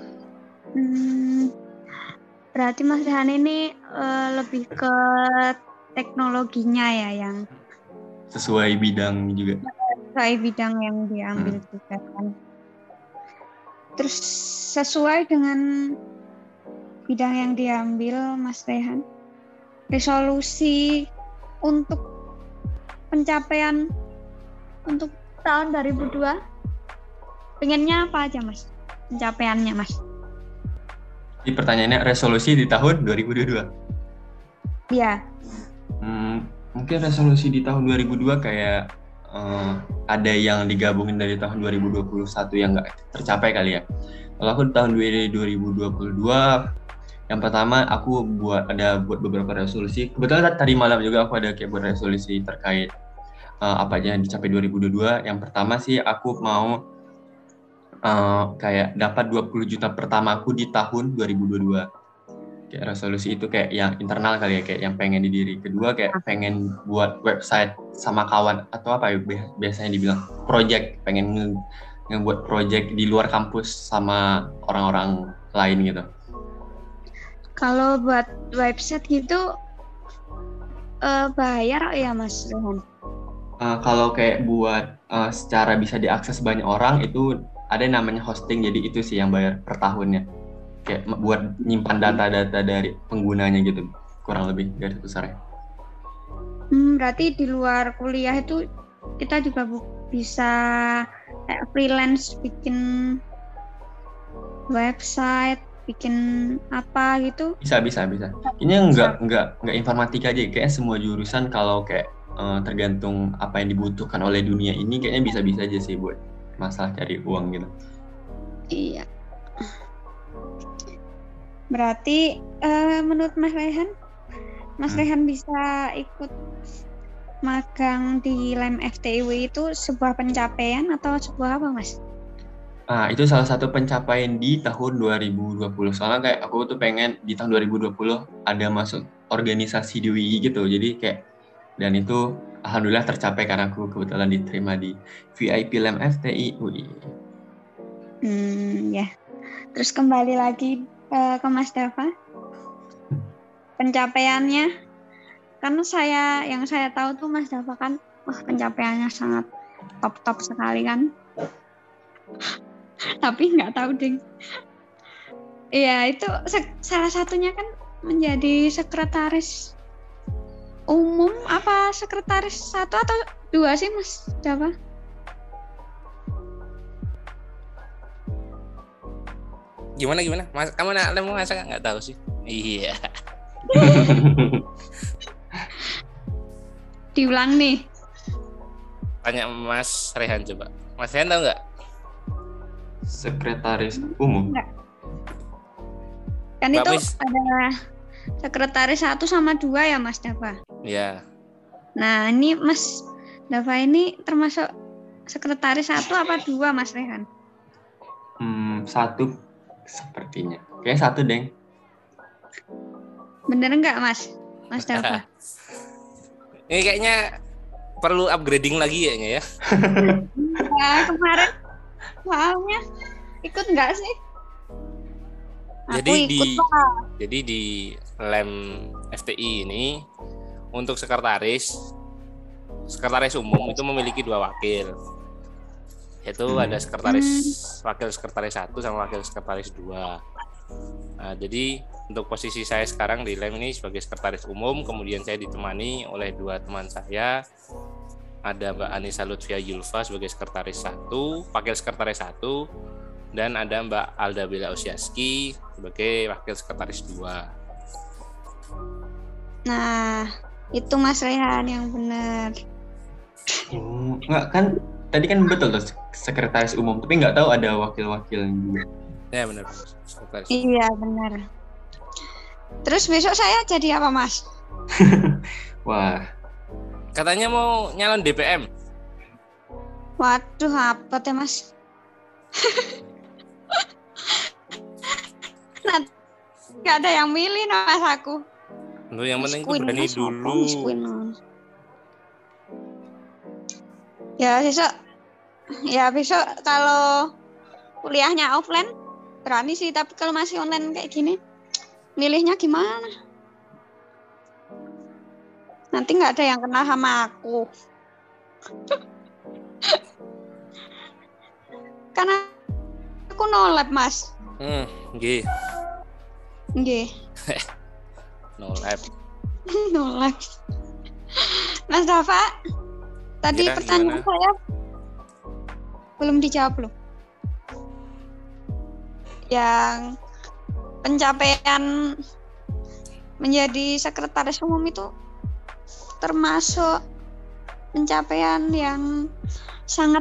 Berarti Mas Rehan ini lebih ke teknologinya ya yang sesuai bidang juga. Sesuai bidang yang diambil juga kan. Terus sesuai dengan bidang yang diambil Mas Rehan, resolusi untuk pencapaian untuk tahun 2002 pengennya apa aja Mas? Pencapaiannya Mas? Jadi pertanyaannya resolusi di tahun 2022? Iya. Mungkin resolusi di tahun 2002 kayak ada yang digabungin dari tahun 2021 yang nggak tercapai kali ya. Kalau aku di tahun 2022, yang pertama aku buat beberapa resolusi. Kebetulan tadi malam juga aku ada kayak buat resolusi terkait apa aja yang dicapai 2022. Yang pertama sih aku mau kayak dapat 20 juta pertamaku di tahun 2022. Kayak resolusi itu kayak yang internal kali ya, kayak yang pengen di diri. Kedua kayak pengen buat website sama kawan atau apa ya biasanya dibilang project, pengen ngebuat project di luar kampus sama orang-orang lain gitu. Kalau buat website gitu bayar ya Mas Rehan? Kalau kayak buat secara bisa diakses banyak orang itu ada yang namanya hosting, jadi itu sih yang bayar per tahunnya. Kayak buat nyimpan data-data dari penggunanya gitu, kurang lebih garis besarnya. Berarti di luar kuliah itu kita juga bisa kayak freelance bikin website, bikin apa gitu? Bisa. Kayaknya nggak informatika aja, kayaknya semua jurusan kalau kayak tergantung apa yang dibutuhkan oleh dunia ini kayaknya bisa-bisa aja sih buat masalah cari uang gitu. Iya. Berarti menurut Mas Rehan bisa ikut magang di LEM FTIW itu sebuah pencapaian atau sebuah apa Mas? Itu salah satu pencapaian di tahun 2020. Soalnya kayak aku tuh pengen di tahun 2020 ada masuk organisasi di UI gitu. Jadi kayak dan itu alhamdulillah tercapai karena aku kebetulan diterima di VIP LEM FTI UI. Ya. Terus kembali lagi ke Mas Dava. Pencapaiannya, karena yang saya tahu tuh Mas Dava kan, pencapaiannya sangat top sekali kan. Tapi nggak tahu deh. Iya, itu salah satunya kan menjadi sekretaris umum apa sekretaris 1 atau 2 sih Mas Dava? Gimana? Mas, kamu masa nggak tahu sih? Iya. Diulang nih. Tanya Mas Rehan coba. Mas Rehan tahu nggak? Sekretaris umum. Enggak. Kan itu ada sekretaris 1 sama 2 ya Mas Dava? Iya. Nah ini Mas Dava ini termasuk sekretaris 1 apa 2 Mas Rehan? 1 sepertinya. Kayaknya 1 deng. Bener nggak Mas Dava? Ini kayaknya perlu upgrading lagi ya? Ya kemarin soalnya ikut nggak sih? Jadi di LEM FTI ini untuk sekretaris umum itu memiliki 2 wakil, yaitu ada wakil sekretaris 1 sama wakil sekretaris 2. Nah, jadi untuk posisi saya sekarang di LEM ini sebagai sekretaris umum, kemudian saya ditemani oleh 2 teman saya. Ada Mbak Anissa Lutfia Yulfa sebagai sekretaris 1, wakil sekretaris 1, dan ada Mbak Alda Bella Osiaski sebagai wakil sekretaris 2. Nah, itu Mas Rehan yang benar. Enggak kan, tadi kan betul tuh sekretaris umum, tapi nggak tahu ada wakil-wakil juga. Ya benar, sekretaris. Iya benar. Terus besok saya jadi apa Mas? Wah, Katanya mau nyalon DPM. Waduh, apa teh Mas? Nah, gak ada yang milih Mas aku. Yang penting tuh berani Mas, dulu. Miss Queen. Ya besok kalau kuliahnya offline berani sih, tapi kalau masih online kayak gini, milihnya gimana? Nanti nggak ada yang kenal sama aku. Karena aku no lab, Mas. Nggih. Nggih. No lab. No lab. Mas Dafa, tadi Ya, pertanyaan gimana? saya belum dijawab loh. Yang pencapaian menjadi sekretaris umum itu termasuk pencapaian yang sangat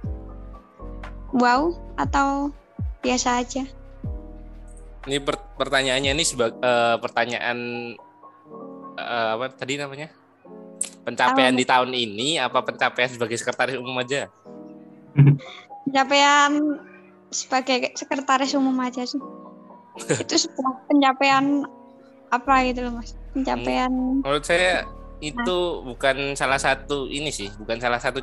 wow atau biasa aja? Ini pertanyaannya ini pertanyaan apa tadi namanya? Pencapaian di tahun ini apa pencapaian sebagai sekretaris umum aja? Pencapaian sebagai sekretaris umum aja sih. Itu sebuah pencapaian apa gitu loh Mas? Pencapaian. Menurut saya itu bukan salah satu ini sih, bukan salah satu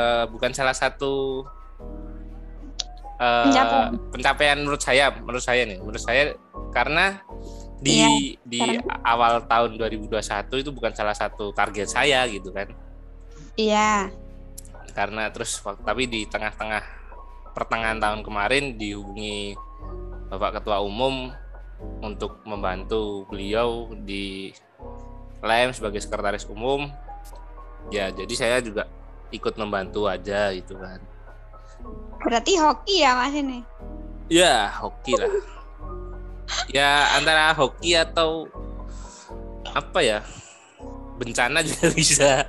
pencapaian menurut saya karena di awal tahun 2021 itu bukan salah satu target saya gitu kan. Iya. Karena tapi di pertengahan tahun kemarin dihubungi Bapak Ketua Umum untuk membantu beliau di LEM sebagai sekretaris umum. Ya, jadi saya juga ikut membantu aja gitu kan. Berarti hoki ya Mas ini? Ya, hoki lah. Ya, antara hoki atau apa ya? Bencana juga bisa.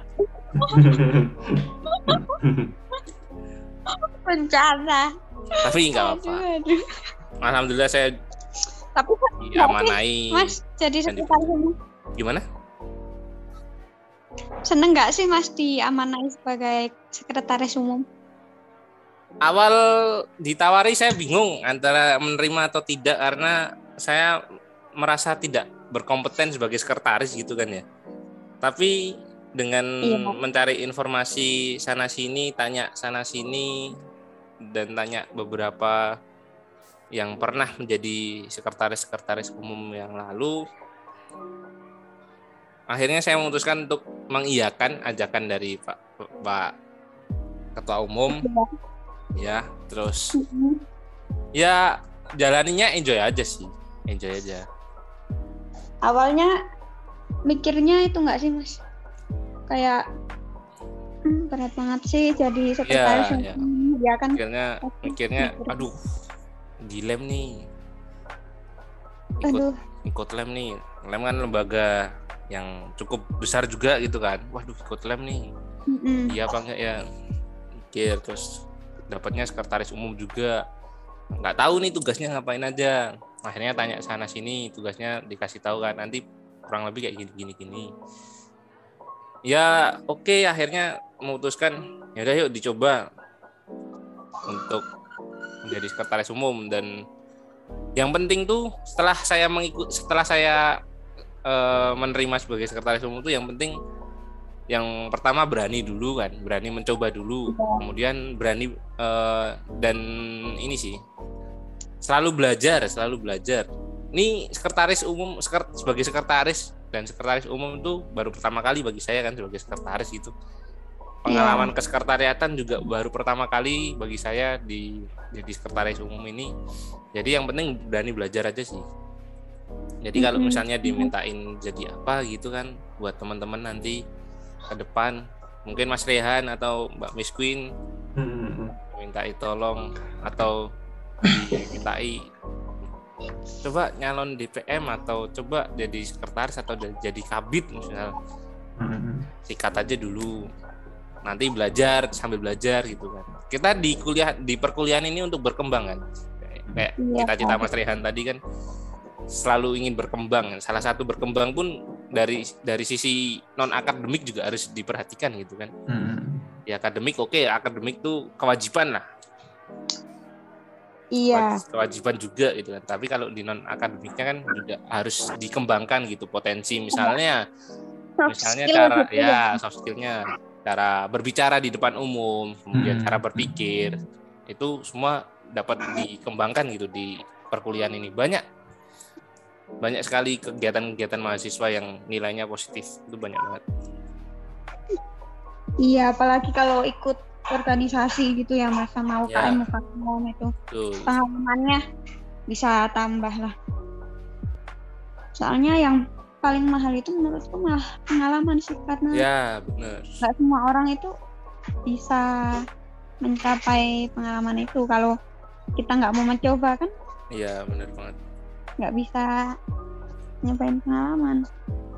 Bencana. Tapi enggak apa-apa. Aduh. Alhamdulillah saya Tapi diamanai. Mas jadi sekretaris umum. Gimana? Seneng nggak sih Mas diamanai sebagai sekretaris umum? Awal ditawari saya bingung antara menerima atau tidak karena saya merasa tidak berkompeten sebagai sekretaris gitu kan ya. Tapi dengan mencari informasi sana sini, tanya sana sini, dan tanya beberapa yang pernah menjadi sekretaris umum yang lalu, akhirnya saya memutuskan untuk mengiyakan ajakan dari Pak Ketua Umum. Ya, terus ya jalaninya enjoy aja sih, enjoy aja. Awalnya mikirnya itu nggak sih Mas? Kayak berat banget sih jadi sekretaris umum, ya kan? Mikirnya, aduh, di LEM nih, ikut LEM nih, LEM kan lembaga yang cukup besar juga gitu kan. Waduh, ikut LEM nih, iya apa enggak ya? Mikir terus. Dapatnya sekretaris umum juga, nggak tahu nih tugasnya ngapain aja. Akhirnya tanya sana sini, tugasnya dikasih tahu kan, nanti kurang lebih kayak gini. Ya oke, akhirnya memutuskan ya udah yuk dicoba untuk menjadi sekretaris umum. Dan yang penting tuh setelah saya menerima sebagai sekretaris umum tuh yang penting yang pertama berani mencoba dulu, kemudian berani dan ini sih selalu belajar. Ini sebagai sekretaris dan sekretaris umum itu baru pertama kali bagi saya kan sebagai sekretaris gitu. pengalaman kesekretariatan juga baru pertama kali bagi saya jadi sekretaris umum ini. Jadi yang penting berani belajar aja sih. Jadi kalau misalnya dimintain jadi apa gitu kan buat teman-teman nanti ke depan, mungkin Mas Rehan atau Mbak Miss Queen mintai tolong atau dimintai coba nyalon DPM atau coba jadi sekretaris atau jadi kabid misalnya, sikat aja dulu, nanti belajar sambil belajar gitu kan. Kita di perkuliahan ini untuk berkembang kan, kayak cita-cita Mas Rehan tadi kan selalu ingin berkembang. Salah satu berkembang pun dari sisi non akademik juga harus diperhatikan gitu kan. Ya akademik akademik tuh kewajiban lah. Iya. Kewajiban juga gitu kan. Tapi kalau di non akademiknya kan juga harus dikembangkan gitu potensi misalnya cara soft skillnya, cara berbicara di depan umum, kemudian cara berpikir, itu semua dapat dikembangkan gitu di perkuliahan ini. Banyak sekali kegiatan-kegiatan mahasiswa yang nilainya positif, itu banyak banget. Iya, apalagi kalau ikut organisasi gitu ya Mas, sama UKM itu. Pengalamannya bisa tambah lah. Soalnya yang paling mahal itu menurutku malah pengalaman sih, karena benar. Nggak semua orang itu bisa mencapai pengalaman itu kalau kita nggak mau mencoba kan. Iya, benar banget. Nggak bisa nyobain pengalaman.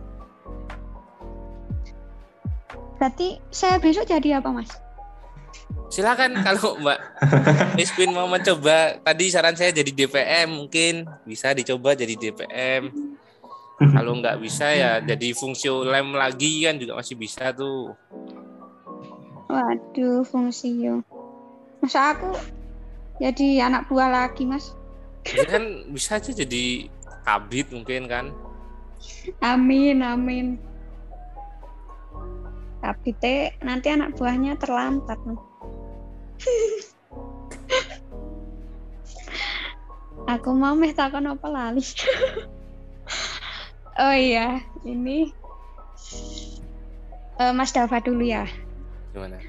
Berarti saya besok jadi apa Mas? Silakan kalau Mbak Miss Queen mau mencoba. Tadi saran saya jadi DPM, mungkin bisa dicoba jadi DPM. Kalau nggak bisa ya jadi fungsio lem lagi kan juga masih bisa tuh. Waduh, fungsio. Masa aku jadi anak buah lagi Mas? Ya kan bisa aja jadi kabid mungkin kan. Amin. Kabid nanti anak buahnya terlantar. Aku mau takon apa lali. Oh iya, ini Mas Dava dulu ya. Gimana?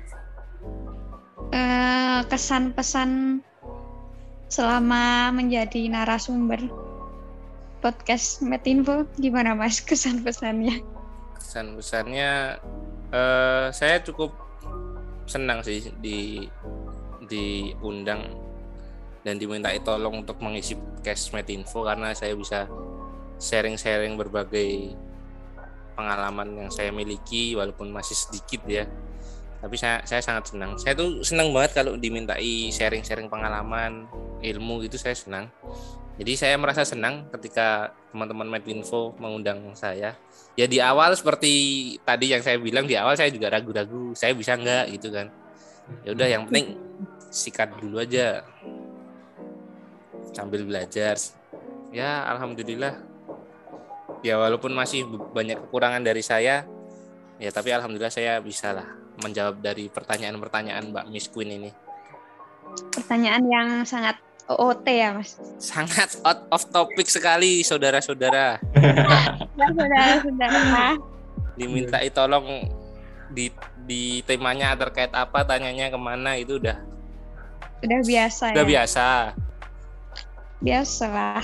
Kesan pesan selama menjadi narasumber podcast Metinfo gimana Mas, kesan pesannya? Kesan pesannya saya cukup senang sih diundang dan dimintai tolong untuk mengisi podcast Metinfo, karena saya bisa sharing berbagai pengalaman yang saya miliki walaupun masih sedikit ya. Tapi saya sangat senang. Saya tuh senang banget kalau dimintai sharing pengalaman, ilmu gitu, saya senang. Jadi saya merasa senang ketika teman-teman Metinfo mengundang saya. Ya di awal seperti tadi yang saya bilang, di awal saya juga ragu-ragu, saya bisa enggak gitu kan. Ya udah, yang penting sikat dulu aja sambil belajar. Ya alhamdulillah. Ya walaupun masih banyak kekurangan dari saya, ya tapi alhamdulillah saya bisa lah menjawab dari pertanyaan-pertanyaan Mbak Miss Queen ini. Pertanyaan yang sangat OOT ya Mas? Sangat out of topic sekali, saudara-saudara. Saudara-saudara. Dimintai tolong di temanya terkait apa, tanyanya kemana, itu udah biasa. Udah biasa. Biasalah.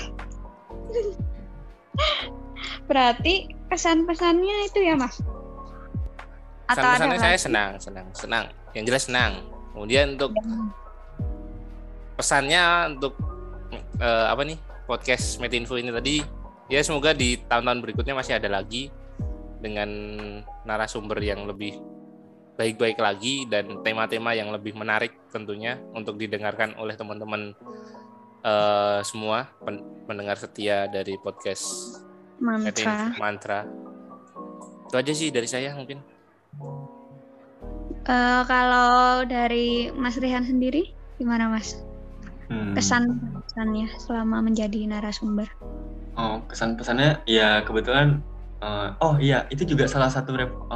Berarti kesan-pesannya itu ya Mas? Kesan-pesannya saya senang. Yang jelas senang. Kemudian untuk pesannya untuk podcast Metinfo ini tadi, ya semoga di tahun-tahun berikutnya masih ada lagi dengan narasumber yang lebih baik-baik lagi dan tema-tema yang lebih menarik tentunya untuk didengarkan oleh teman-teman semua pendengar setia dari podcast Mantra. Itu aja sih dari saya mungkin. Kalau dari Mas Rehan sendiri gimana Mas? Kesan-pesannya selama menjadi narasumber? Kesan-pesannya ya kebetulan itu juga salah satu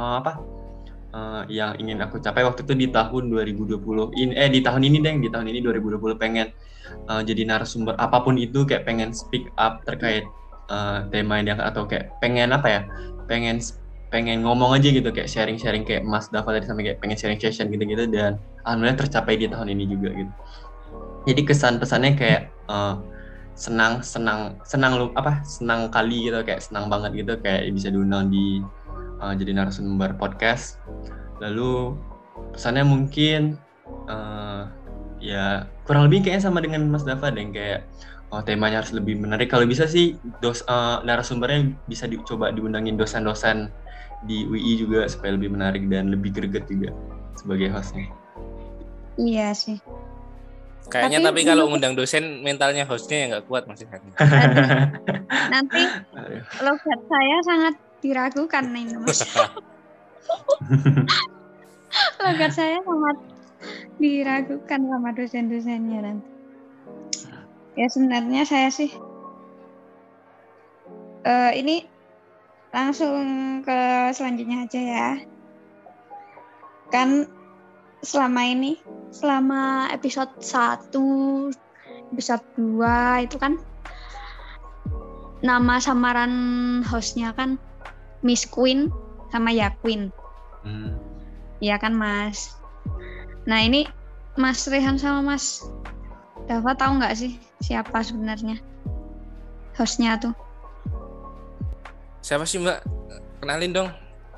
yang ingin aku capai waktu itu di tahun 2020 di tahun ini 2020 pengen jadi narasumber apapun itu, kayak pengen speak up terkait tema yang atau kayak pengen pengen ngomong aja gitu, kayak sharing-sharing kayak Mas Dava tadi sampai kayak pengen sharing session gitu-gitu, dan alhamdulillah tercapai di tahun ini juga gitu. Jadi kesan pesannya kayak senang kali gitu, kayak senang banget gitu kayak bisa diundang di jadi narasumber podcast. Lalu pesannya mungkin ya kurang lebih kayaknya sama dengan Mas Dava deh, kayak temanya harus lebih menarik. Kalau bisa sih narasumbernya bisa dicoba diundangin dosen-dosen di UI juga supaya lebih menarik dan lebih greget juga sebagai hostnya. Iya sih. Kayaknya tapi kalau undang dosen mentalnya hostnya yang nggak kuat Mas Rehan. Nanti logat saya sangat diragukan nih Mas. Logat saya sangat diragukan sama dosen-dosennya nanti. Ya sebenarnya saya sih ini langsung ke selanjutnya aja ya. Kan selama episode 1, episode 2 itu kan nama samaran hostnya kan Miss Queen sama Ya Queen. Iya kan Mas. Nah ini Mas Rehan sama Mas Dava tahu nggak sih siapa sebenarnya hostnya tuh? Siapa sih Mbak? Kenalin dong.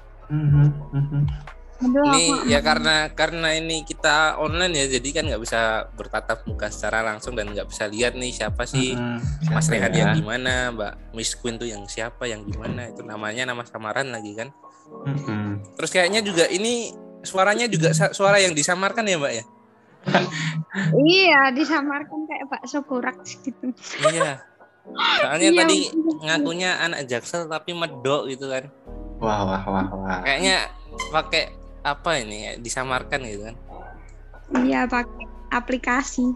Ini ya karena ini kita online ya, jadi kan nggak bisa bertatap muka secara langsung dan nggak bisa lihat nih siapa sih Mas Rehan yang gimana, Mbak Miss Queen tuh yang siapa, yang gimana, itu namanya nama samaran lagi kan. Terus kayaknya juga ini suaranya juga suara yang disamarkan ya Mbak ya? Iya, disamarkan kayak bakso borak gitu. Iya. Soalnya tadi ngakunya anak Jaksel tapi medok gitu kan. Wah. Kayaknya pakai apa ini ya, disamarkan gitu kan. Iya, pakai aplikasi.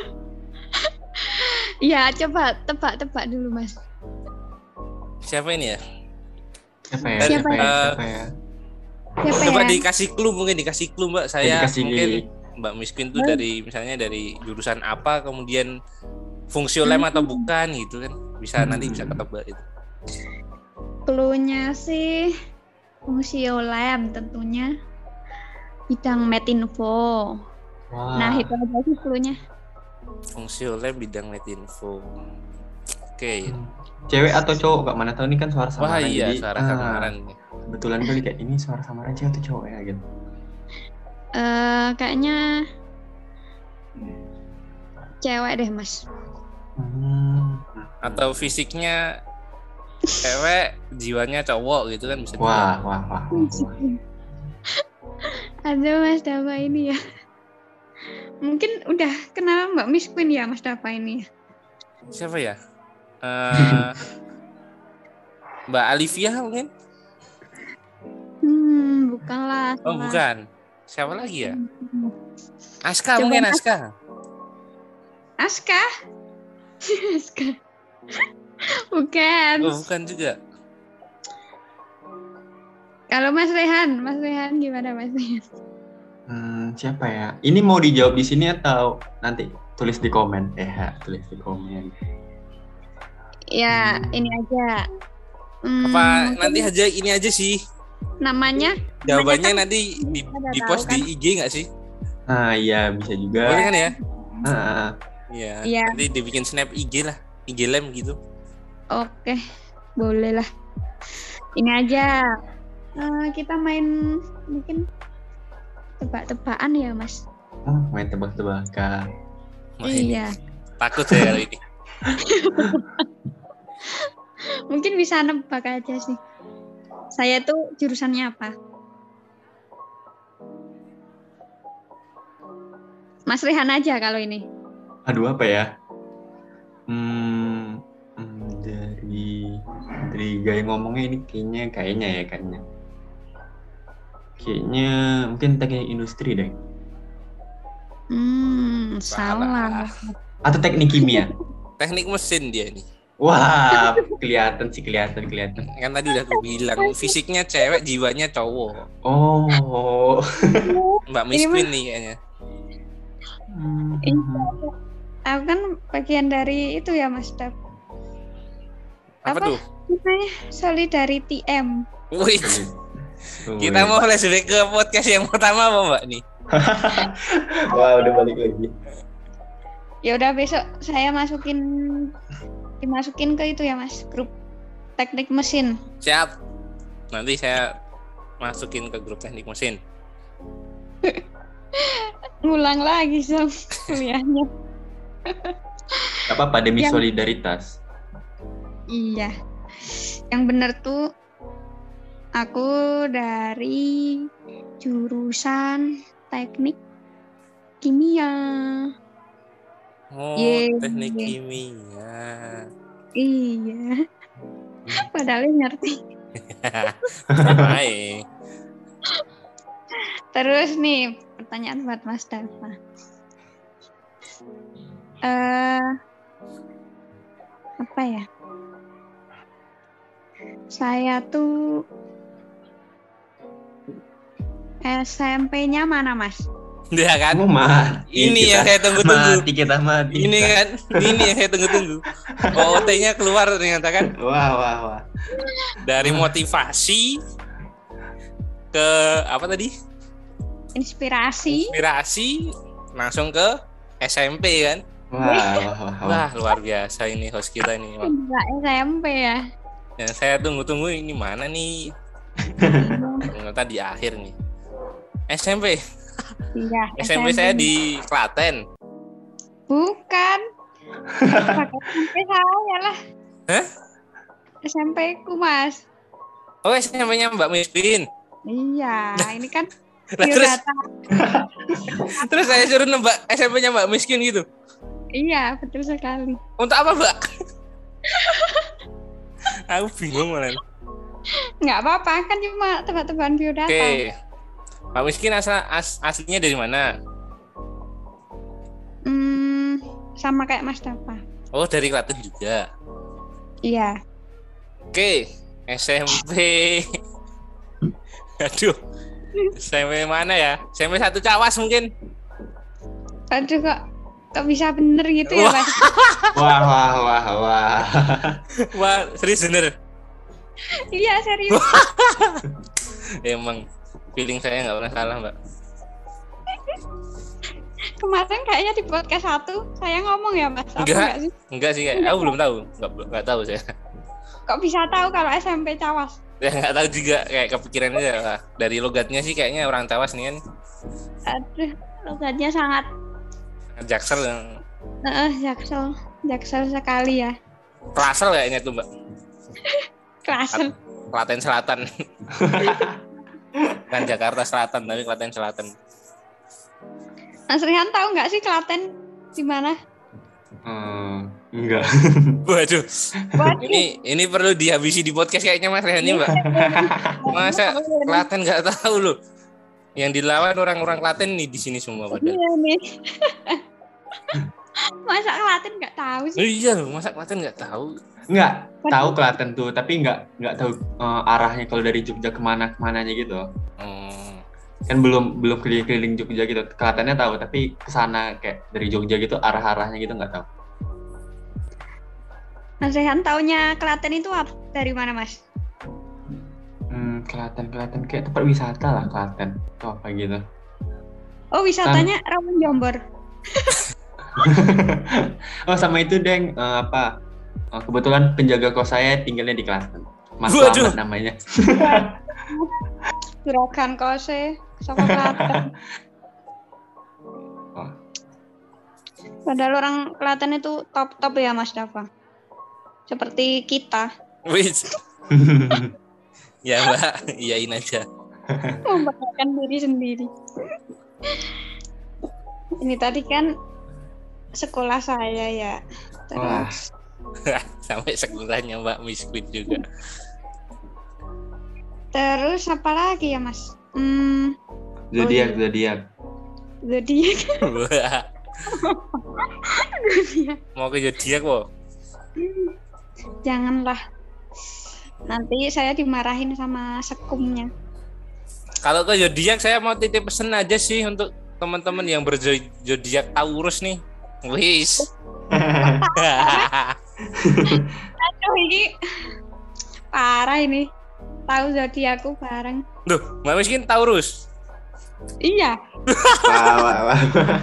Iya, coba tebak dulu Mas. Siapa ini ya? Siapa ya? Coba dikasih clue Mbak. Saya mungkin clue. Mbak Miss Queen tuh misalnya dari jurusan apa, kemudian fungsiolem atau bukan gitu kan. Nanti bisa ketebak itu. Cluenya sih fungsiolem tentunya, bidang Metinfo. Nah itu aja sih cluenya. Fungsiolem bidang Metinfo. Oke. Cewek atau cowok? Gak mana tahu, ini kan suara samaran. Wah iya, suara samaran. Kebetulan kali kayak ini suara samaran cewek atau cowok ya gitu. Kayaknya cewek deh Mas. Atau fisiknya cewek, jiwanya cowok gitu kan bisa. Wah. Ada Mas Dava ini ya. Mungkin udah kenal Mbak Miss Queen ya Mas Dava ini. Siapa ya? Mbak Alivia mungkin? Bukanlah. Oh bukan. Siapa lagi ya? Aska mungkin Aska. Aska? Bukan. Oh bukan juga. Kalau Mas Rehan gimana Mas Rehan? Siapa ya? Ini mau dijawab di sini atau nanti tulis di komen? Tulis di komen. Ya, ini aja. Apa nanti aja ini aja sih? Namanya? Jawabannya nanti di post kan? Di IG nggak sih? Iya bisa juga. Boleh kan ya? Iya. Nanti dibikin snap IG lah, IG lem gitu. Oke, boleh lah. Ini aja. Kita main mungkin tebak-tebakan ya Mas. Main tebak-tebakan. Iya. Takut saya kali ini. Mungkin bisa nebak aja sih. Saya tuh jurusannya apa? Mas Rehan aja kalau ini. Aduh apa ya? Dari gaya ngomongnya ini kayaknya. Kayaknya mungkin teknik industri deh. Salah. Atau teknik kimia? Teknik mesin dia ini. Wah, kelihatan. Kan tadi udah aku bilang, fisiknya cewek, jiwanya cowok. Oh. Mbak Miss Queen nih kayaknya. Aku kan bagian dari itu ya Mas Dap. Apa tuh? Namanya Solidarity M. Wih, kita mau flashback ke podcast yang pertama apa Mbak nih? Wah, udah balik lagi. Ya udah besok saya dimasukin ke itu ya Mas, grup teknik mesin. Siap. Nanti saya masukin ke grup teknik mesin. Ngulang lagi Sam kuliahnya. Gak apa-apa, demi solidaritas. Iya. Yang bener tuh aku dari jurusan teknik kimia. Oh, teknik kimia. Iya. Padahal ngerti. Baik. Terus nih pertanyaan buat Mas Dava. Apa ya? Saya tuh SMP-nya mana Mas? Ya kan? Mati ini kita, yang saya tunggu-tunggu. Mati. Ini kan, ini yang saya tunggu-tunggu. OOT-nya keluar ternyata kan. Wah. Dari motivasi ke apa tadi? Inspirasi langsung ke SMP kan. Wah, luar biasa ini host kita ini. Enggak SMP ya. Yang saya tunggu-tunggu ini mana nih? Ternyata di akhir nih. SMP. Iya, SMP saya di Klaten. Bukan. Pakai SMP saya lah. Hah? SMP ku Mas. Oh, SMP-nya Mbak Miskin. Iya, ini kan Biodata. Terus saya suruh nembak SMP-nya Mbak Miskin gitu. Iya, betul sekali. Untuk apa, Mbak? Aku bingung malah. Nggak apa-apa, kan cuma tebak-tebakan biodata. Oke. Mbak Miskin aslinya dari mana? Sama kayak Mas Dava. Oh, dari Klaten juga. Iya. Oke, SMP. Aduh. SMP mana ya? SMP 1 Cawas mungkin. Aduh kok bisa bener gitu ya, Mas? Wah. Wah, serius bener. Iya, serius. Emang feeling saya nggak pernah salah, Mbak. Kemarin kayaknya di podcast 1 saya ngomong ya, Mas. Enggak sih, kayak aku belum tahu. Enggak tahu saya. Kok bisa tahu kalau SMP Cawas? Ya nggak tahu juga, kayak kepikiran aja. Dari logatnya sih kayaknya orang Cawas nih kan. Aduh, logatnya sangat Jaksel. Jaksel sekali ya. Klasel kayaknya tuh, Mbak. Klasel. Klaten Selatan. Kan Jakarta Selatan, tapi Klaten Selatan. Mas Rihan tahu nggak sih Klaten di mana? Enggak. Waduh. Ini perlu dihabisi di podcast kayaknya Mas Rihan, Mbak. Masa Klaten nggak tahu loh. Yang dilawan orang-orang Klaten nih di sini semua padahal. Iya nih. Masa Klaten nggak tahu sih? Iya loh, masa Klaten nggak tahu? Nggak tahu Klaten tuh, tapi nggak tahu arahnya kalau dari Jogja kemananya gitu. Kan belum keliling Jogja gitu. Klatennya tahu, tapi kesana kayak dari Jogja gitu arah-arahnya gitu nggak tahu. Mas Rehan taunya Klaten itu dari mana, Mas? Klaten kayak tempat wisata lah Klaten. Itu apa gitu. Oh, wisatanya Rawan Jombor. Oh, sama itu Deng, kebetulan penjaga kos saya tinggalnya di Klaten. Mas Slamet namanya. Juragan kose sama Klaten. Oh. Padahal orang Klaten itu top ya Mas Dava. Seperti kita. Wih. Ya Mbak, iyain aja. Membanggakan diri sendiri. Ini tadi kan sekolah saya ya. Terus sampai sekolahnya Mbak Miskin juga. Terus apa lagi ya Mas? Zodiak. Mau ke zodiak kok? Janganlah. Nanti saya dimarahin sama sekumnya. Kalau ke zodiak saya mau titip pesan aja sih untuk teman-teman yang berzodiak Taurus nih. Wis. Aduh, ini parah ini. tahu zodiakku bareng. Duh, Mbak Miskin Taurus. Iya. Wah.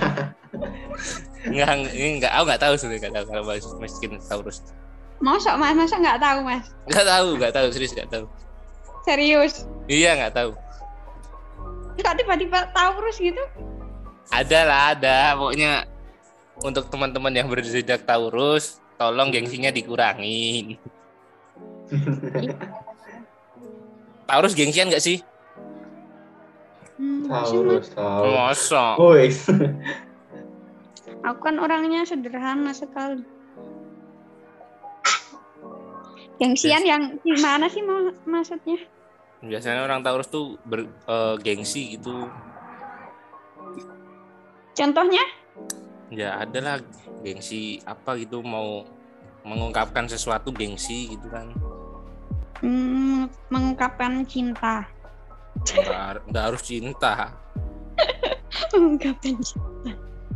Enggak, aku enggak tahu sih, enggak tahu kalau Mbak Miskin Taurus. Masa nggak tahu Mas? Enggak tahu, serius enggak tahu. Serius? Iya, enggak tahu. Kok tiba-tiba Taurus gitu? Ada. Pokoknya untuk teman-teman yang berzodiak Taurus, tolong gengsinya dikurangin. Taurus gengsian nggak sih? Taurus. Masa? Woi. Aku kan orangnya sederhana sekali. Gengsian yang gimana sih maksudnya? Biasanya orang Taurus tuh gengsi gitu. Contohnya? Ya ada lah gengsi apa gitu, mau mengungkapkan sesuatu gengsi gitu kan. Mengungkapkan cinta. Nggak harus cinta. Mengungkapkan cinta.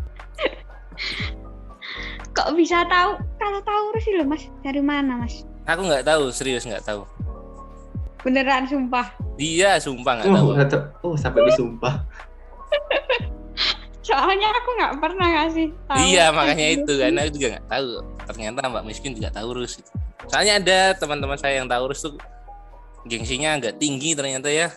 Kok bisa tahu kalau Taurus sih loh Mas? Dari mana Mas? Aku nggak tahu, serius nggak tahu. Beneran sumpah. Dia sumpah nggak tahu. Sampai bersumpah. Soalnya aku nggak pernah ngasih tahu. Iya, makanya itu kan aku juga nggak tahu. Ternyata Mbak Miskin juga Taurus. Soalnya ada teman-teman saya yang Taurus tuh gengsinya agak tinggi ternyata ya.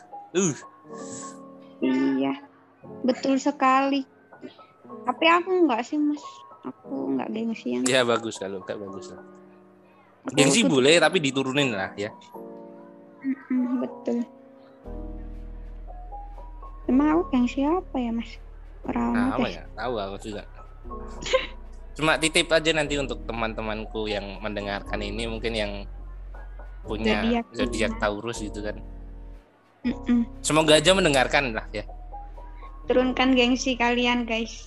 Iya, betul sekali. Tapi aku nggak sih Mas. Aku nggak gengsian. Ya bagus kalau nggak bagus lah. Gengsi boleh tapi diturunin lah ya. Betul. Emang aku gengsi apa ya Mas? Apa ya? Tahu aku juga. Cuma titip aja nanti untuk teman-temanku yang mendengarkan ini, mungkin yang punya zodiak Taurus gitu kan. Semoga aja mendengarkan lah ya. Turunkan gengsi kalian guys.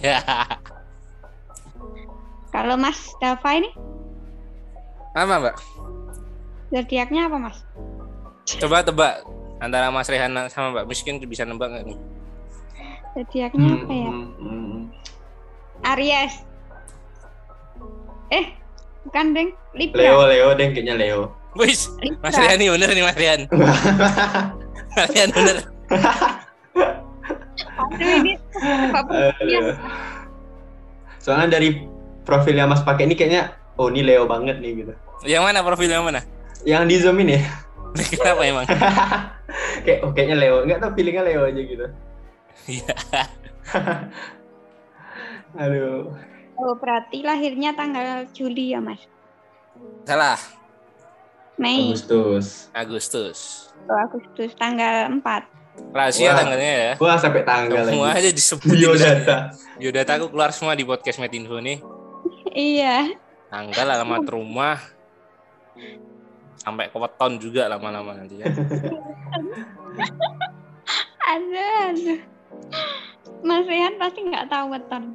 Kalau Mas Dava ini? Apa Mbak? Zodiaknya apa Mas? Coba tebak antara Mas Rehan sama Mbak Miskin, bisa nebak nggak nih? Zodiaknya apa ya? Aries. Bukan Deng, Libra. Leo Deng, kayaknya Leo. Wis, Mas Rehan nih bener nih Mas Rehan. Mas Rehan bener. Aduh ini soalnya dari profil yang Mas pakai ini kayaknya, ini Leo banget nih gitu. Yang mana profil yang mana? Yang di Zoom ini. Kenapa emang? Kayaknya Leo, nggak tahu feelingnya Leo aja gitu. Iya. Aduh. Oh, berarti lahirnya tanggal Juli ya Mas? Salah. Mei. Agustus. Oh, Agustus tanggal 4. Rahasia tanggalnya ya. Wah, sampai tanggal semua lagi. Aja disebut. Biodata aku keluar semua di podcast Medinfo nih. Iya. Tanggal, alamat rumah. Sampai ke weton juga lama-lama nanti ya. Aduh. Mas Rehan pasti nggak tahu weton.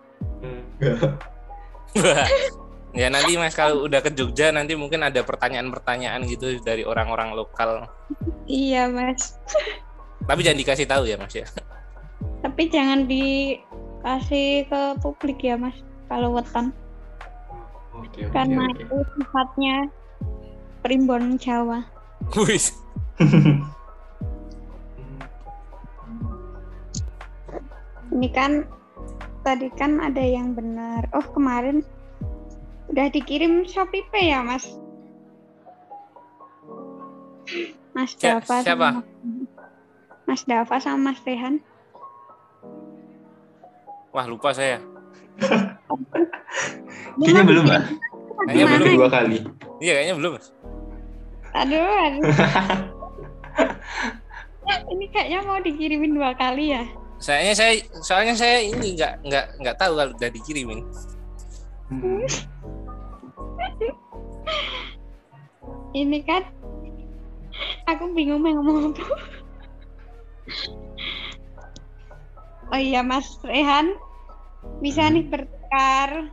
Ya nanti Mas kalau udah ke Jogja nanti mungkin ada pertanyaan-pertanyaan gitu dari orang-orang lokal. Iya Mas. Tapi jangan dikasih tahu ya Mas ya. Tapi jangan dikasih ke publik ya Mas kalau weton. Karena itu sifatnya primbon Jawa. Wis. Ini kan tadi kan ada yang benar. Oh, kemarin udah dikirim Shopee Pay ya, Mas? Mas Dava siapa? Mas Dava sama Mas Rehan. Wah, lupa saya. Kayaknya belum, Mbak. Kayaknya belum 2 kali. Iya, kayaknya belum, Mas. Aduh. Ini kayaknya mau dikirimin 2 kali ya. Soalnya saya ini nggak tahu kalau udah dikirimin. Ini kan aku bingung mau ngomong apa. Oh iya, Mas Rehan bisa nih bertukar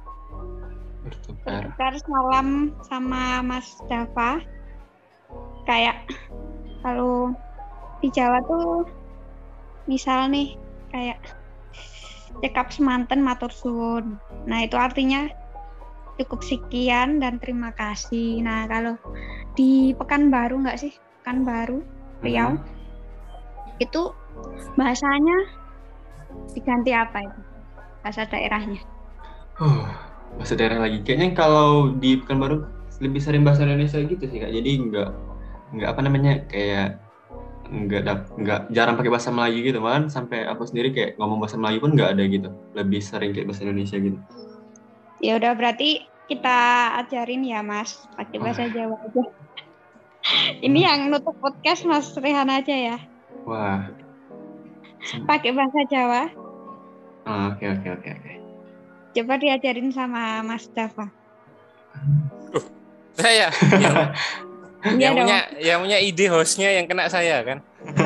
salam sama Mas Dava. Kayak kalau di Jawa tuh misal nih kayak cekap semanten matur suwun. Nah, itu artinya cukup sekian dan terima kasih. Nah, kalau di Pekanbaru nggak sih? Pekanbaru, Riau. Itu bahasanya diganti apa itu? Bahasa daerahnya. Bahasa daerah lagi. Kayaknya kalau di Pekanbaru lebih sering bahasa Indonesia gitu sih Kak. Jadi nggak apa namanya kayak nggak jarang pakai bahasa Melayu gitu, kan sampai aku sendiri kayak ngomong bahasa Melayu pun nggak ada gitu, lebih sering kayak bahasa Indonesia gitu. Ya udah berarti kita ajarin ya Mas pakai bahasa Jawa aja. Ini yang nutup podcast Mas Rehan aja ya. Wah. Pakai bahasa Jawa. Oke. Coba diajarin sama Mas Dava. Saya yang punya ide hostnya yang kena saya kan.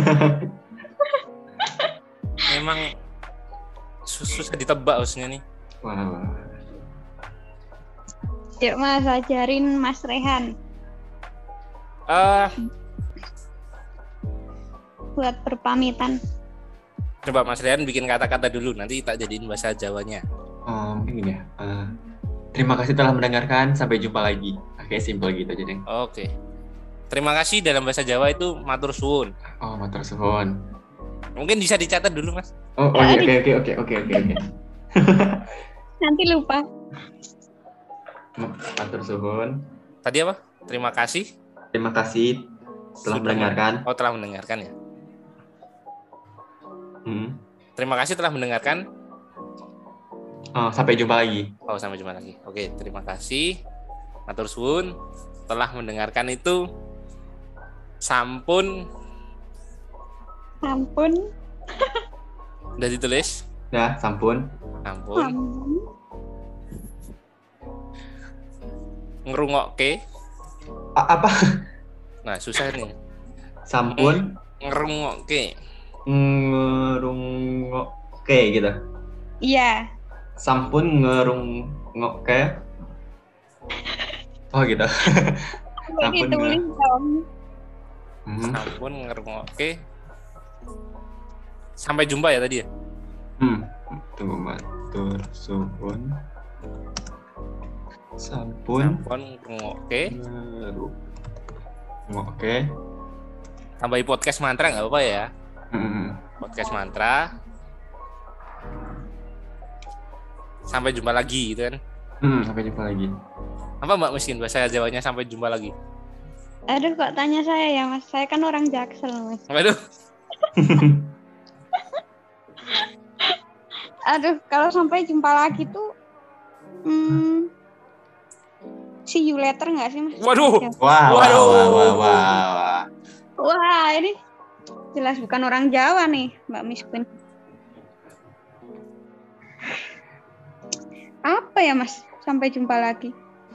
Memang susah ditebak hostnya nih. Wah. Yuk Mas, ajarin Mas Rehan. Buat berpamitan. Coba Mas Rehan bikin kata-kata dulu, nanti tak jadiin bahasa Jawanya. Mungkin gini ya. Terima kasih telah mendengarkan, sampai jumpa lagi. Kayak simpel gitu aja deh. Oke. Terima kasih dalam bahasa Jawa itu matur suwun. Matur suwun. Mungkin bisa dicatat dulu Mas. Oke. Nanti lupa. Matur suwun. Tadi apa? Terima kasih. Terima kasih telah mendengarkan. Telah mendengarkan ya. Terima kasih telah mendengarkan. Sampai jumpa lagi. Sampai jumpa lagi. Oke, terima kasih. Matur suwun telah mendengarkan itu. Sampun. Udah ditulis? Udah, sampun. Ngerungokke. Apa? Nah, susah nih. Sampun. Ngerungokke gitu. Iya. Sampun ngerungokke. Gitu. Sampun ditulis dong. Sampun ngerungokke. Sampai jumpa ya tadi ya? Tunggu, matur suwun. Sampun ngerungokke. Tambahin podcast mantra nggak apa-apa ya? Podcast mantra. Sampai jumpa lagi gitu kan? Sampai jumpa lagi. Apa Mbak Miskin bahasa Jawanya sampai jumpa lagi? Aduh, kok tanya saya ya Mas? Saya kan orang Jaksel Mas. Waduh. Aduh, kalau sampai jumpa lagi tuh see you later nggak sih Mas? Waduh. Wah, ini jelas bukan orang Jawa nih Mbak Miskin. Apa ya Mas? Sampai jumpa lagi.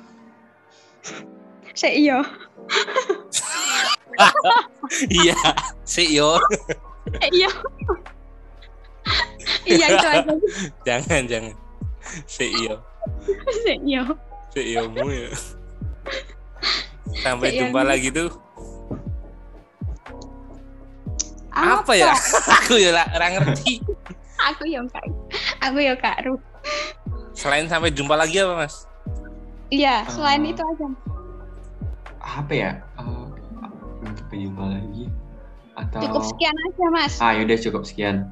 Iya. Iya, iyo. Iya. Iya itu aja. Jangan. Iyo. Iyomu ya. Sampai jumpa lagi tuh. Apa ya? Aku ya ora ngerti. Aku ya Kak Ru. Selain sampai jumpa lagi apa Mas? Iya, selain itu aja. Apa ya? Sampai jumpa lagi atau cukup sekian aja Mas. Yaudah cukup sekian.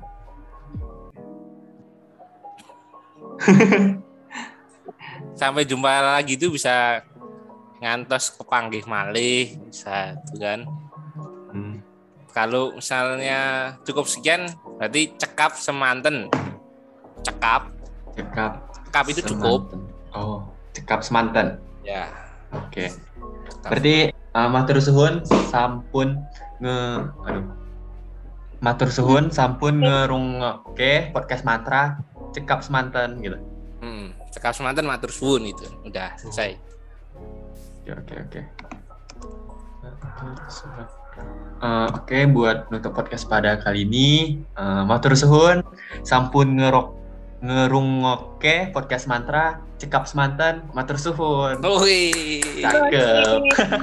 Sampai jumpa lagi itu bisa ngantos kepanggih malih, bisa tuh kan. Kalau misalnya cukup sekian berarti cekap semanten. Cekap itu semanten. Cukup. Cekap semanten. Ya. Oke. Berarti matur suwun sampun matur suwun sampun ngerungokke podcast mantra cekap semanten gitu. Cekap semanten matur suwun itu. Udah selesai. Oke. Oke, buat nutup podcast pada kali ini, matur suwun sampun ngerungokke podcast mantra cekap semanten matur suwun. Cakep.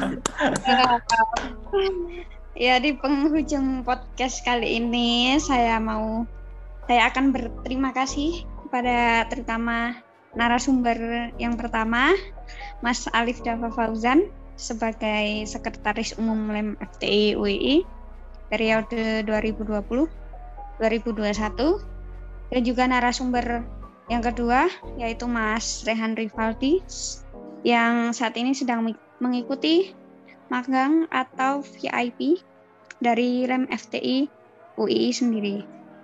Ya, di penghujung podcast kali ini saya akan berterima kasih kepada terutama narasumber yang pertama, Mas Alif Dava Fauzan, sebagai Sekretaris Umum LEM FTI UII periode 2020-2021, dan juga narasumber yang kedua yaitu Mas Rehan Rivaldi yang saat ini sedang mengikuti magang atau VIP dari LEM FTI UII sendiri.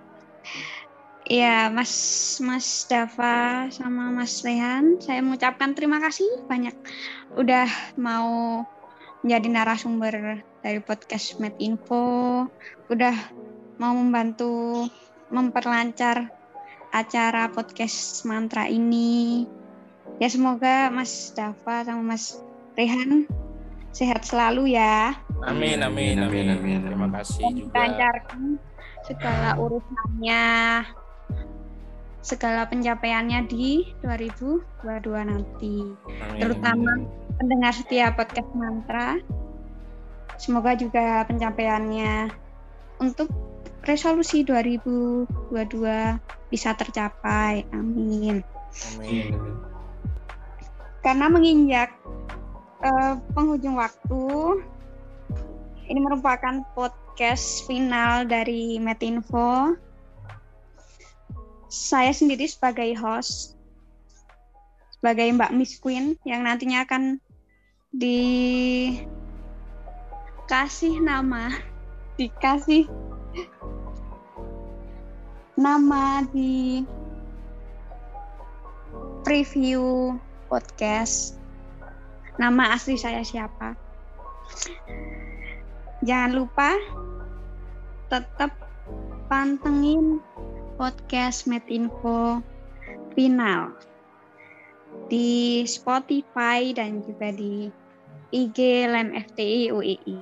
Ya, Mas Dava sama Mas Rehan, saya mengucapkan terima kasih banyak udah mau menjadi narasumber dari podcast Medinfo, udah mau membantu memperlancar acara podcast Mantra ini. Ya, semoga Mas Dava sama Mas Rehan sehat selalu ya. Amin. Terima kasih juga. Lancarkan segala urusannya, segala pencapaiannya di 2022 nanti. Amin. Terutama pendengar setia podcast Mantra. Semoga juga pencapaiannya untuk resolusi 2022 bisa tercapai. Amin. Karena menginjak penghujung waktu, ini merupakan podcast final dari Medinfo. Saya sendiri sebagai host, sebagai Mbak Miss Queen yang nantinya akan dikasih nama di preview podcast. Nama asli saya siapa? Jangan lupa tetap pantengin podcast Medinfo final di Spotify dan juga di IG LEM FTI UII.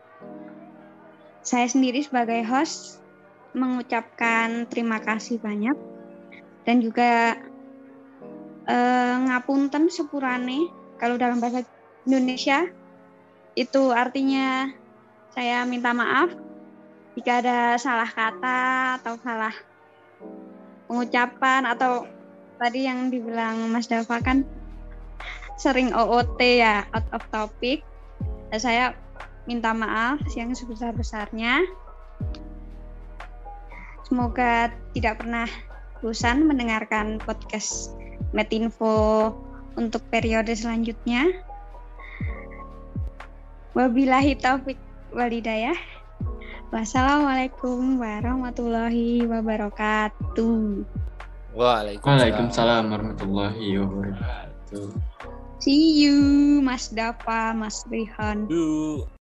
Saya sendiri sebagai host mengucapkan terima kasih banyak dan juga ngapunten sepurane, kalau dalam bahasa Indonesia itu artinya saya minta maaf jika ada salah kata atau salah pengucapan, atau tadi yang dibilang Mas Dava kan sering OOT ya, out of topic. Dan saya minta maaf yang sebesar-besarnya. Semoga tidak pernah bosan mendengarkan podcast Medinfo untuk periode selanjutnya. Wabillahi taufik wal hidayah. Wassalamualaikum warahmatullahi wabarakatuh. Waalaikumsalam warahmatullahi wabarakatuh. See you, Mas Dava, Mas Rehan.